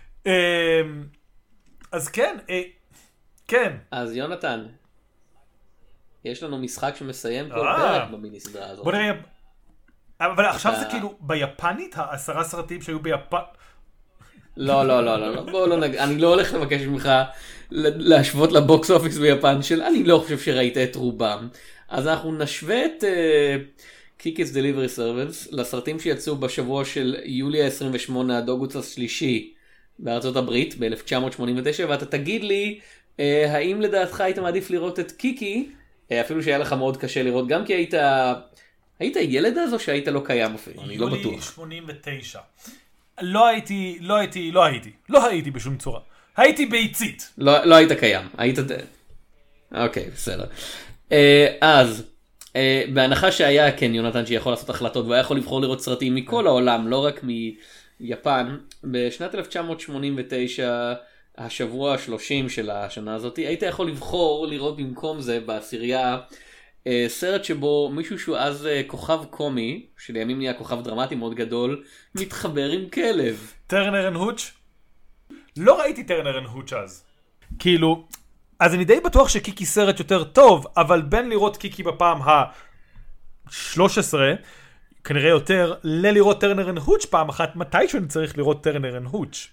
S3: אז כן.
S2: אז יונתן, יש לנו משחק שמסיים כל פרק במיני סדרה הזאת.
S3: בוא נראה, אבל עכשיו זה כאילו ביפנית, 10 סרטים שהיו ביפן...
S2: לא, בוא לא נגיד, אני לא הולך לבקש ממך להשוות לבוקס אופיס ביפן של, אני לא חושב שראית את רובם, אז אנחנו נשווה את קיקי's Delivery Service, לסרטים שיצאו בשבוע של יולי ה-28 עד אוגוסט השלישי בארצות הברית ב-1989, ואתה תגיד לי האם לדעתך היית מעדיף לראות את קיקי, אפילו שהיה לך מאוד קשה לראות, גם כי היית ילד אז או שהיית לא קיים אפילו? אני לא בטוח.
S3: יולי 89. לא הייתי בשום צורה. הייתי ביצית.
S2: לא היית קיים. אוקיי, בסדר. אז, בהנחה שהיה כן יונתן שיכול לעשות החלטות, והיה יכול לבחור לראות סרטים מכל העולם, לא רק מיפן, בשנת 1989, השבוע ה-30 של השנה הזאת, היית יכול לבחור לראות במקום זה בעשירייה, סרט שבו מישהו שהוא אז כוכב קומי, שלימים נהיה כוכב דרמטי מאוד גדול, מתחבר עם כלב.
S3: טרנר אנד הוץ'? לא ראיתי טרנר אנד הוץ' אז. כאילו, אז אני די בטוח שקיקי סרט יותר טוב, אבל בין לראות קיקי בפעם ה-13, כנראה יותר, לראות טרנר אנד הוץ' פעם אחת, מתישהו אני צריך לראות טרנר אנד הוץ'.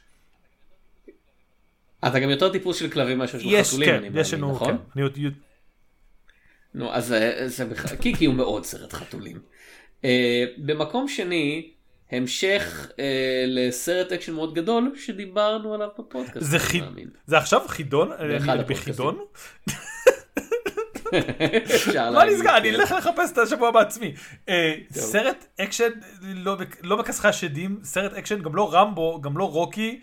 S2: אתה גם יותר טיפוס של כלבים מאשר של חתולים,
S3: כן,
S2: אני מאמין, נכון?
S3: כן.
S2: נו, אז זה בכלל, קיקי הוא מאוד סרט חתולים. במקום שני, המשך לסרט אקשן מאוד גדול, שדיברנו עליו בפודקאסט.
S3: זה עכשיו חידון? אני בחידון?
S2: מה
S3: נסגר? אני אלך לחפש את השבוע בעצמי. סרט אקשן, לא בכסחי השדים, סרט אקשן, גם לא רמבו, גם לא רוקי.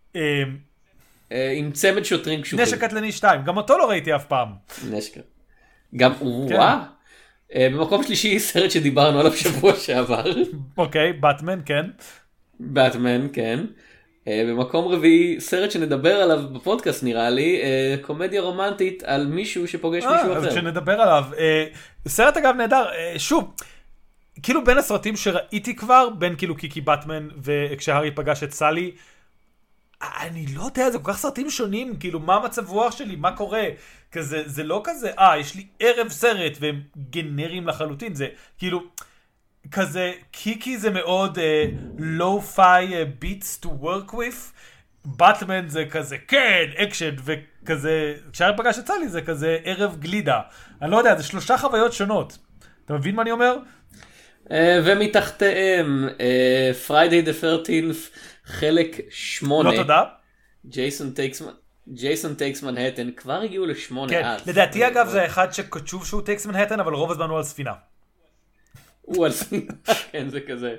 S2: עם צמד שוטרים קשוחים.
S3: נשק קטלני 2, גם אותו לא ראיתי אף פעם.
S2: נשק. גם, וואה. במקום שלישי, סרט שדיברנו עליו שבוע שעבר.
S3: אוקיי, באטמן, כן.
S2: באטמן, כן. במקום רביעי, סרט שנדבר עליו בפודקאסט נראה לי, קומדיה רומנטית על מישהו שפוגש מישהו אחר.
S3: אז כשנדבר עליו. סרט אגב נהדר, שוב, כאילו בין הסרטים שראיתי כבר, בין כאילו קיקי באטמן וכשהארי פגש את סלי, אני לא יודע, זה כל כך סרטים שונים, כאילו מה מצב רוח שלי, מה קורה, כזה, זה לא כזה, יש לי ערב סרט והם גנריים לחלוטין, זה כאילו, כזה, קיקי זה מאוד low-fi beats to work with, באטמן זה כזה, כן, אקשן, וכזה, כשהארי פגש את סלי זה כזה ערב גלידה, אני לא יודע, זה 3 חוויות שונות, אתה מבין מה אני אומר?
S2: ומתחתיהם, Friday the 13th, חלק 8.
S3: לא תודה.
S2: ג'ייסון טייקס מנהטן, כבר הגיעו ל8
S3: כן,
S2: אז.
S3: לדעתי אגב זה אחד שקצוב שהוא טייקס מנהטן, אבל רוב הזמן הוא על ספינה.
S2: הוא על ספינה, כן זה כזה.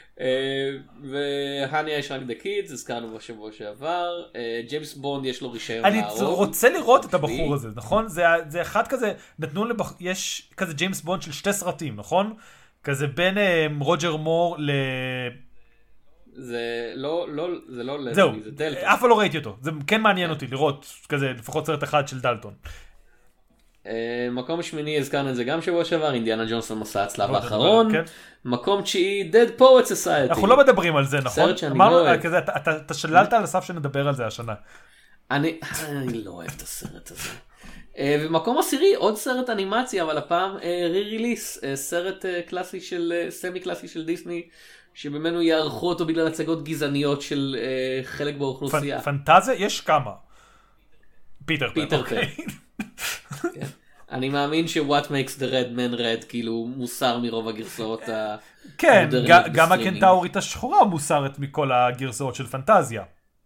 S2: והניה יש רק דה קידס, הזכרנו בשבוע שעבר. ג'יימס בונד יש לו רישיון להרוג.
S3: אני רוצה לראות את הבחור הזה, נכון? זה אחד כזה, נתנו יש כזה ג'יימס בונד של 2 סרטים, נכון? כזה בין רוג'ר מור ל...
S2: זה לא לזמי, זה דלטון.
S3: אף לא ראיתי אותו, זה כן מעניין אותי לראות כזה לפחות סרט אחד של דלטון.
S2: מקום שמיני, הזכרנו את זה גם שבוע שעבר, אינדיאנה ג'ונסון מסע הצלב האחרון. מקום 9, Dead Poets Society.
S3: אנחנו לא מדברים על זה, נכון?
S2: סרט שאני לא אוהב.
S3: אתה שללת על הסף שנדבר על זה השנה.
S2: אני לא אוהב את הסרט הזה. ומקום 10, עוד סרט אנימציה, אבל הפעם רי-ריליס, סרט קלאסי של, סמי קלאסי של דיסני, שבמנו יערכו אותו בגלל הצגות גזעניות של חלק באוכלוסייה.
S3: פנטזיה? יש כמה. פיטר פן.
S2: אני מאמין ש-What makes the red man red כאילו מוסר מרוב הגרסאות המודרניות.
S3: כן, גם הקנטאורית השחורה מוסרת מכל הגרסאות של פנטזיה.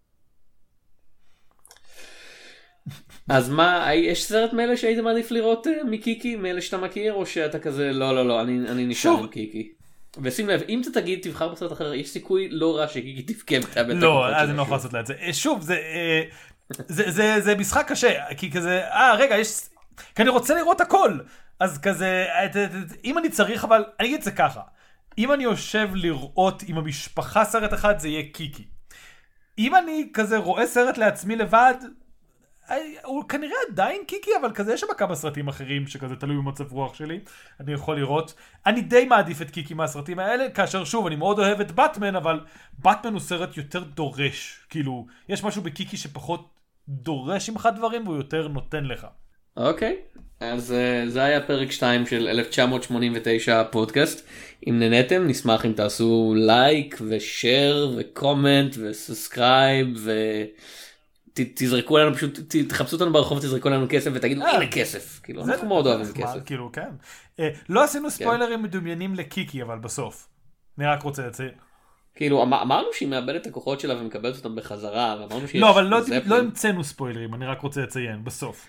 S2: אז מה, יש סרט מאלה שהיית מעדיף לראות מקיקי, מאלה שאתה מכיר, או שאתה כזה, לא, אני נשאר עם קיקי. ושים לב, אם אתה תגיד תבחר בסרט אחר, יש סיכוי לא רע שקיקי תפקם את הבית.
S3: לא, אז אני לא יכול לעשות לה את זה. שוב, זה משחק קשה, כי כזה, רגע, כי אני רוצה לראות הכל. אז כזה, אם אני צריך, אבל אני אגיד את זה ככה. אם אני יושב לראות עם המשפחה סרט אחד, זה יהיה קיקי. אם אני כזה רואה סרט לעצמי לבד, הוא כנראה עדיין קיקי, אבל כזה יש שם כמה סרטים אחרים שכזה תלוי במצב רוח שלי, אני יכול לראות. אני די מעדיף את קיקי מהסרטים האלה, כאשר שוב, אני מאוד אוהב את באטמן, אבל באטמן הוא סרט יותר דורש. כאילו, יש משהו בקיקי שפחות דורש ממך דברים, והוא יותר נותן לך.
S2: אוקיי, אז זה היה פרק 2 של 1989 הפודקאסט. אם נהנתם, נשמח אם תעשו לייק ושאר וקומנט וסאסקרייב תזרקו לנו פשוט, תחפשו אותנו ברחוב, תזרקו לנו כסף ותגידו, הנה כסף. כאילו, אנחנו מאוד אוהבים כסף.
S3: כאילו, כן. לא עשינו ספוילרים מדומיינים לקיקי, אבל בסוף. אני רק רוצה לציין.
S2: כאילו, אמרנו שהיא מאבדת את הכוחות שלה ומקבלת אותם בחזרה, ואמרנו שיש...
S3: לא, אבל לא המצאנו ספוילרים, אני רק רוצה לציין, בסוף.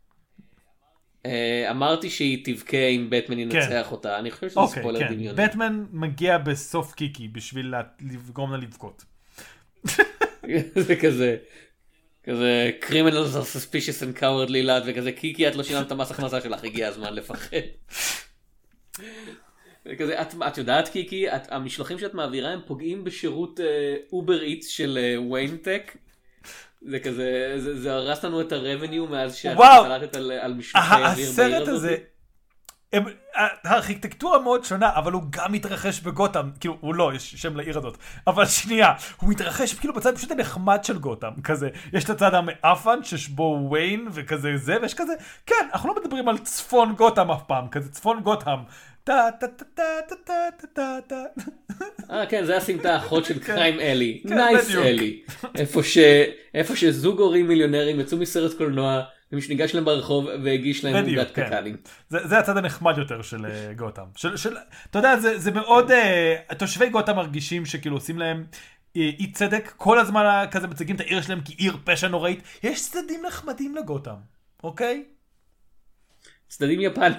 S2: אמרתי שהיא תבכה אם בטמן ינצח אותה, אני חושב שזה ספוילר דמיוני.
S3: בטמן מגיע בסוף קיקי בשביל לגרום לה לבכות.
S2: זה כזה criminals are suspicious and cowardly lad, וכזה קיקי את לא שילמת מס הכנסה שלך, הגיע הזמן לפחד. וכזה, את יודעת קיקי, המשלוחים שאת מעבירה הם פוגעים בשירות אובר איטס של וויינטק. זה כזה, זה הרס לנו את הרבניו מאז שאת קלטת על משלוחי אוויר בעיר הזאת. הזה,
S3: הארכיטקטורה מאוד שונה, אבל הוא גם מתרחש בגותם, כאילו הוא לא, יש שם לעיר הזאת, אבל שנייה, הוא מתרחש כאילו בצד פשוט הנחמד של גותם, כזה, יש את הצד המאפן ששבו וויין וכזה זה, ויש כזה, כן, אנחנו לא מדברים על צפון גותם אף פעם, כזה צפון גותם,
S2: כן, זה הסמטה האחות של קריים אלי, נייס אלי, איפה שזוג הורים מיליונרים יצאו מסרט קולנוע, ומישהו ניגש להם ברחוב והגיש להם עוגת קקלים.
S3: זה הצד הנחמד יותר של גותם. אתה יודע, זה מאוד, תושבי גותם מרגישים שכאילו עושים להם אי צדק, כל הזמן כזה מציגים את העיר שלהם כעיר פשע נוראית, יש צדדים נחמדים לגותם, אוקיי?
S2: צדדים יפנים.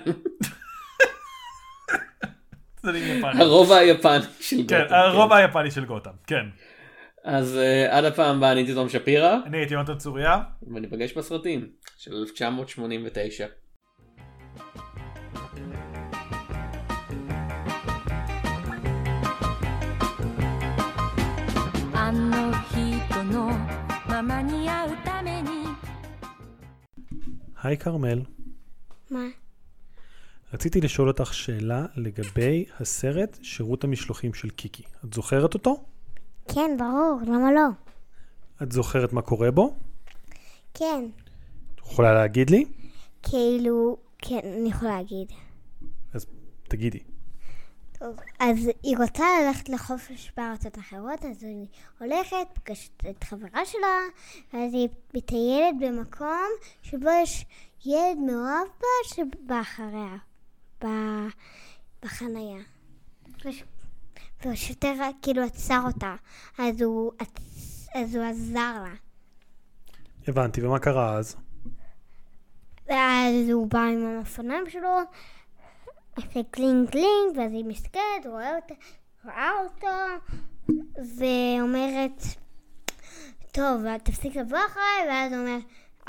S3: צדדים יפנים.
S2: הרובע היפני של גותם.
S3: כן, הרובע היפני של גותם, כן.
S2: אז עד הפעם הבאה אני הייתי תום שפירא.
S3: אני הייתי יונתן צוריה.
S2: וניפגש בסרטים של 1989.
S3: היי קרמל.
S4: מה?
S3: רציתי לשאול אותך שאלה לגבי הסרט שירות המשלוחים של קיקי. את זוכרת אותו?
S4: כן, ברור, למה לא?
S3: את זוכרת מה קורה בו?
S4: כן.
S3: את יכולה להגיד לי?
S4: כאילו, כן, אני יכולה להגיד.
S3: אז תגידי.
S4: טוב, אז היא רוצה ללכת לחופש בארצות אחרות, אז היא הולכת, פגשת את חברה שלה, אז היא מטיילת במקום שבו יש ילד מאוהב בה שבא אחריה, בחנייה. והשוטר כאילו עצר אותה, אז הוא עזר לה.
S3: הבנתי, ומה קרה אז?
S4: ואז הוא בא עם המפניים שלו, עושה קלינג קלינג, ואז היא מסתכלת, רואה אותו, ואומרת, טוב, תפסיק לבוא אחריי, ואז הוא אומר,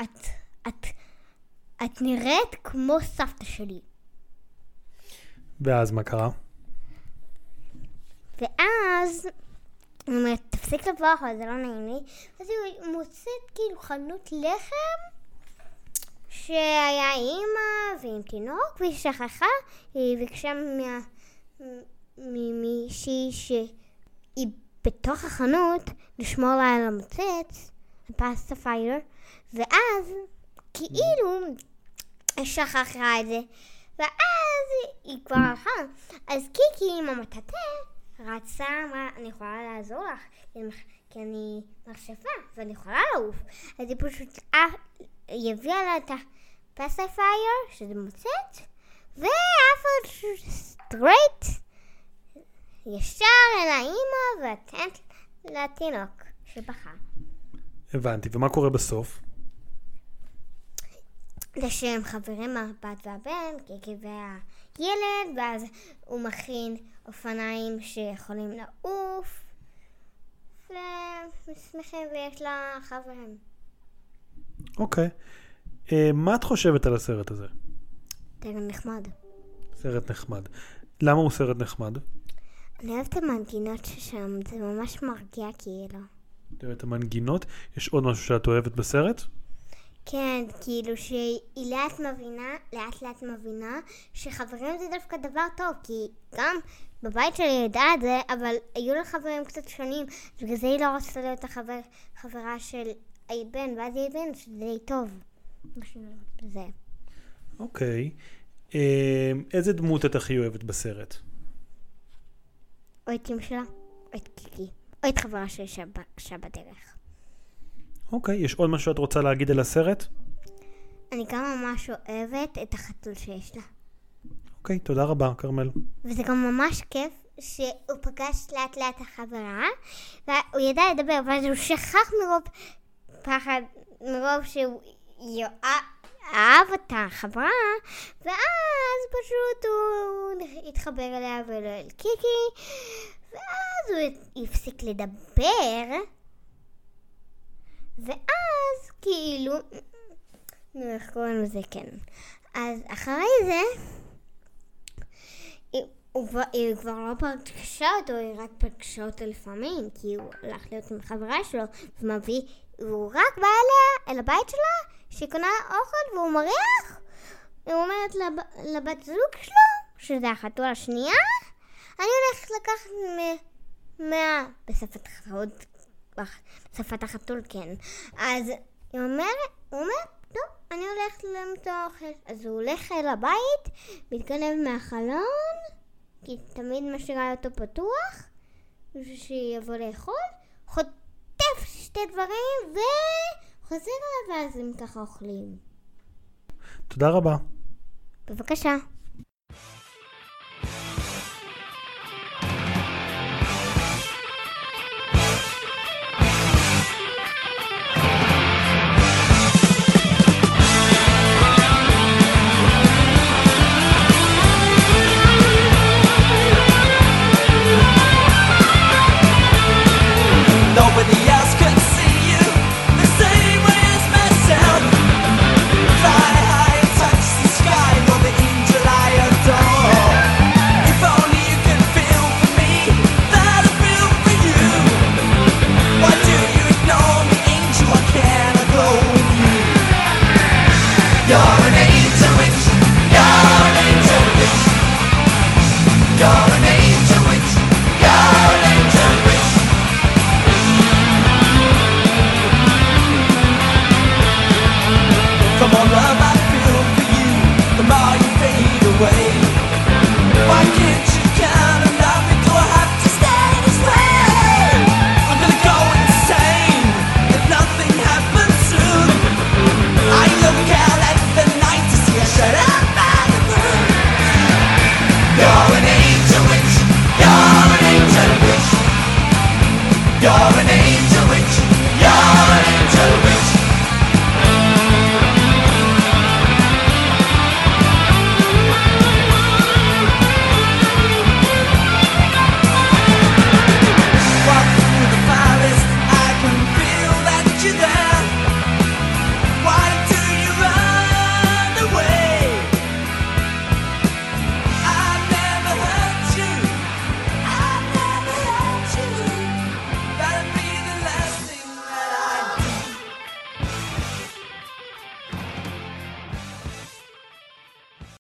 S4: את נראית כמו סבתא שלי.
S3: ואז מה קרה?
S4: ואז הוא אומר, תפסיק לבוא אחריי, זה לא נעים לי. אז היא מוצאת כאילו חנות לחם, שהיה אימא ועם תינוק, והיא שכחה, היא ביקשה ממישהי שהיא בתוך החנות לשמור לה על המוצץ, הפסטיפייר, ואז כאילו היא שכחה את זה, ואז היא כבר הלכה. אז קיקי עם המטאטה רצה, אמרה, אני יכולה לעזור לך, כי אני מכשפה ואני יכולה לעוף. אז היא פשוט היא הביאה לה את הפסטיפייר, שזה מוצץ, ואף סטרייט ישר אל האמא והתנת לתינוק שבכה.
S3: הבנתי, ומה קורה בסוף?
S4: זה שהם חברים הבת והבן, קיקי והילד, ואז הוא מכין אופניים שיכולים לעוף, ושמחים ויש לה חברים.
S3: אוקיי. מה את חושבת על הסרט הזה?
S4: סרט נחמד.
S3: סרט נחמד. למה הוא סרט נחמד?
S4: אני אוהבת את המנגינות ששם, זה ממש מרגיע כאילו.
S3: את אוהבת את המנגינות? יש עוד משהו שאת אוהבת בסרט?
S4: כן, כאילו שהיא לאט לאט מבינה שחברים זה דווקא דבר טוב, כי גם בבית שלי ידעה את זה, אבל היו לה חברים קצת שונים, בגלל זה היא לא רצתה להיות החברה של בן, ואז היא הבינה שזה טוב. זה.
S3: אוקיי. איזה דמות את הכי אוהבת בסרט?
S4: או את אמא שלה, או את קיקי, או את חברה שלי שבדרך.
S3: אוקיי, יש עוד משהו שאת רוצה להגיד על הסרט?
S4: אני גם ממש אוהבת את החתול שיש לה.
S3: אוקיי, תודה רבה, כרמל.
S4: וזה גם ממש כיף שהוא פגש לאט לאט החברה, והוא ידע לדבר, ואז הוא שכח מרוב פחד, מרוב שהוא אהב את החברה, ואז פשוט הוא התחבר אליה ולא אל קיקי, ואז הוא הפסיק לדבר, ואז כאילו, איך קוראים לזה, כן. אז אחרי זה, היא כבר לא פגשה אותו, היא רק פגשה אותו לפעמים, כי הוא הלך להיות עם חברה שלו, והוא רק בא אליה, אל הבית שלה, שהיא קונה אוכל והוא מריח. היא אומרת לבת זוג שלו, שזה החתול השנייה, אני הולכת לקחת בשפת החתול, כן. אז הוא אומר, טוב, אני הולכת למצוא אוכל. אז הוא הולך אל הבית, מתגנב מהחלון, כי תמיד משאירה אותו פתוח, בשביל שיבוא לאכול, חוטף 2 דברים וחוזר אליו, ואז הם ככה אוכלים.
S3: תודה רבה.
S4: בבקשה.
S5: Nobody else could see you the same way as myself. Fly high and touch the sky, you're the angel I adore. If only you could feel for me that I feel for you. Why do you ignore me, angel? Why can't I go with you? You're an angel witch. You're an angel witch. You're an angel witch. You're an angel witch. The more love I feel for you, the more you fade away. Why can't you count on love me? Do I have to stay this way? I'm gonna go insane if nothing happens soon. I look out at the night to see a shut up by the moon. You're an angel witch. You're an angel witch. You're an angel.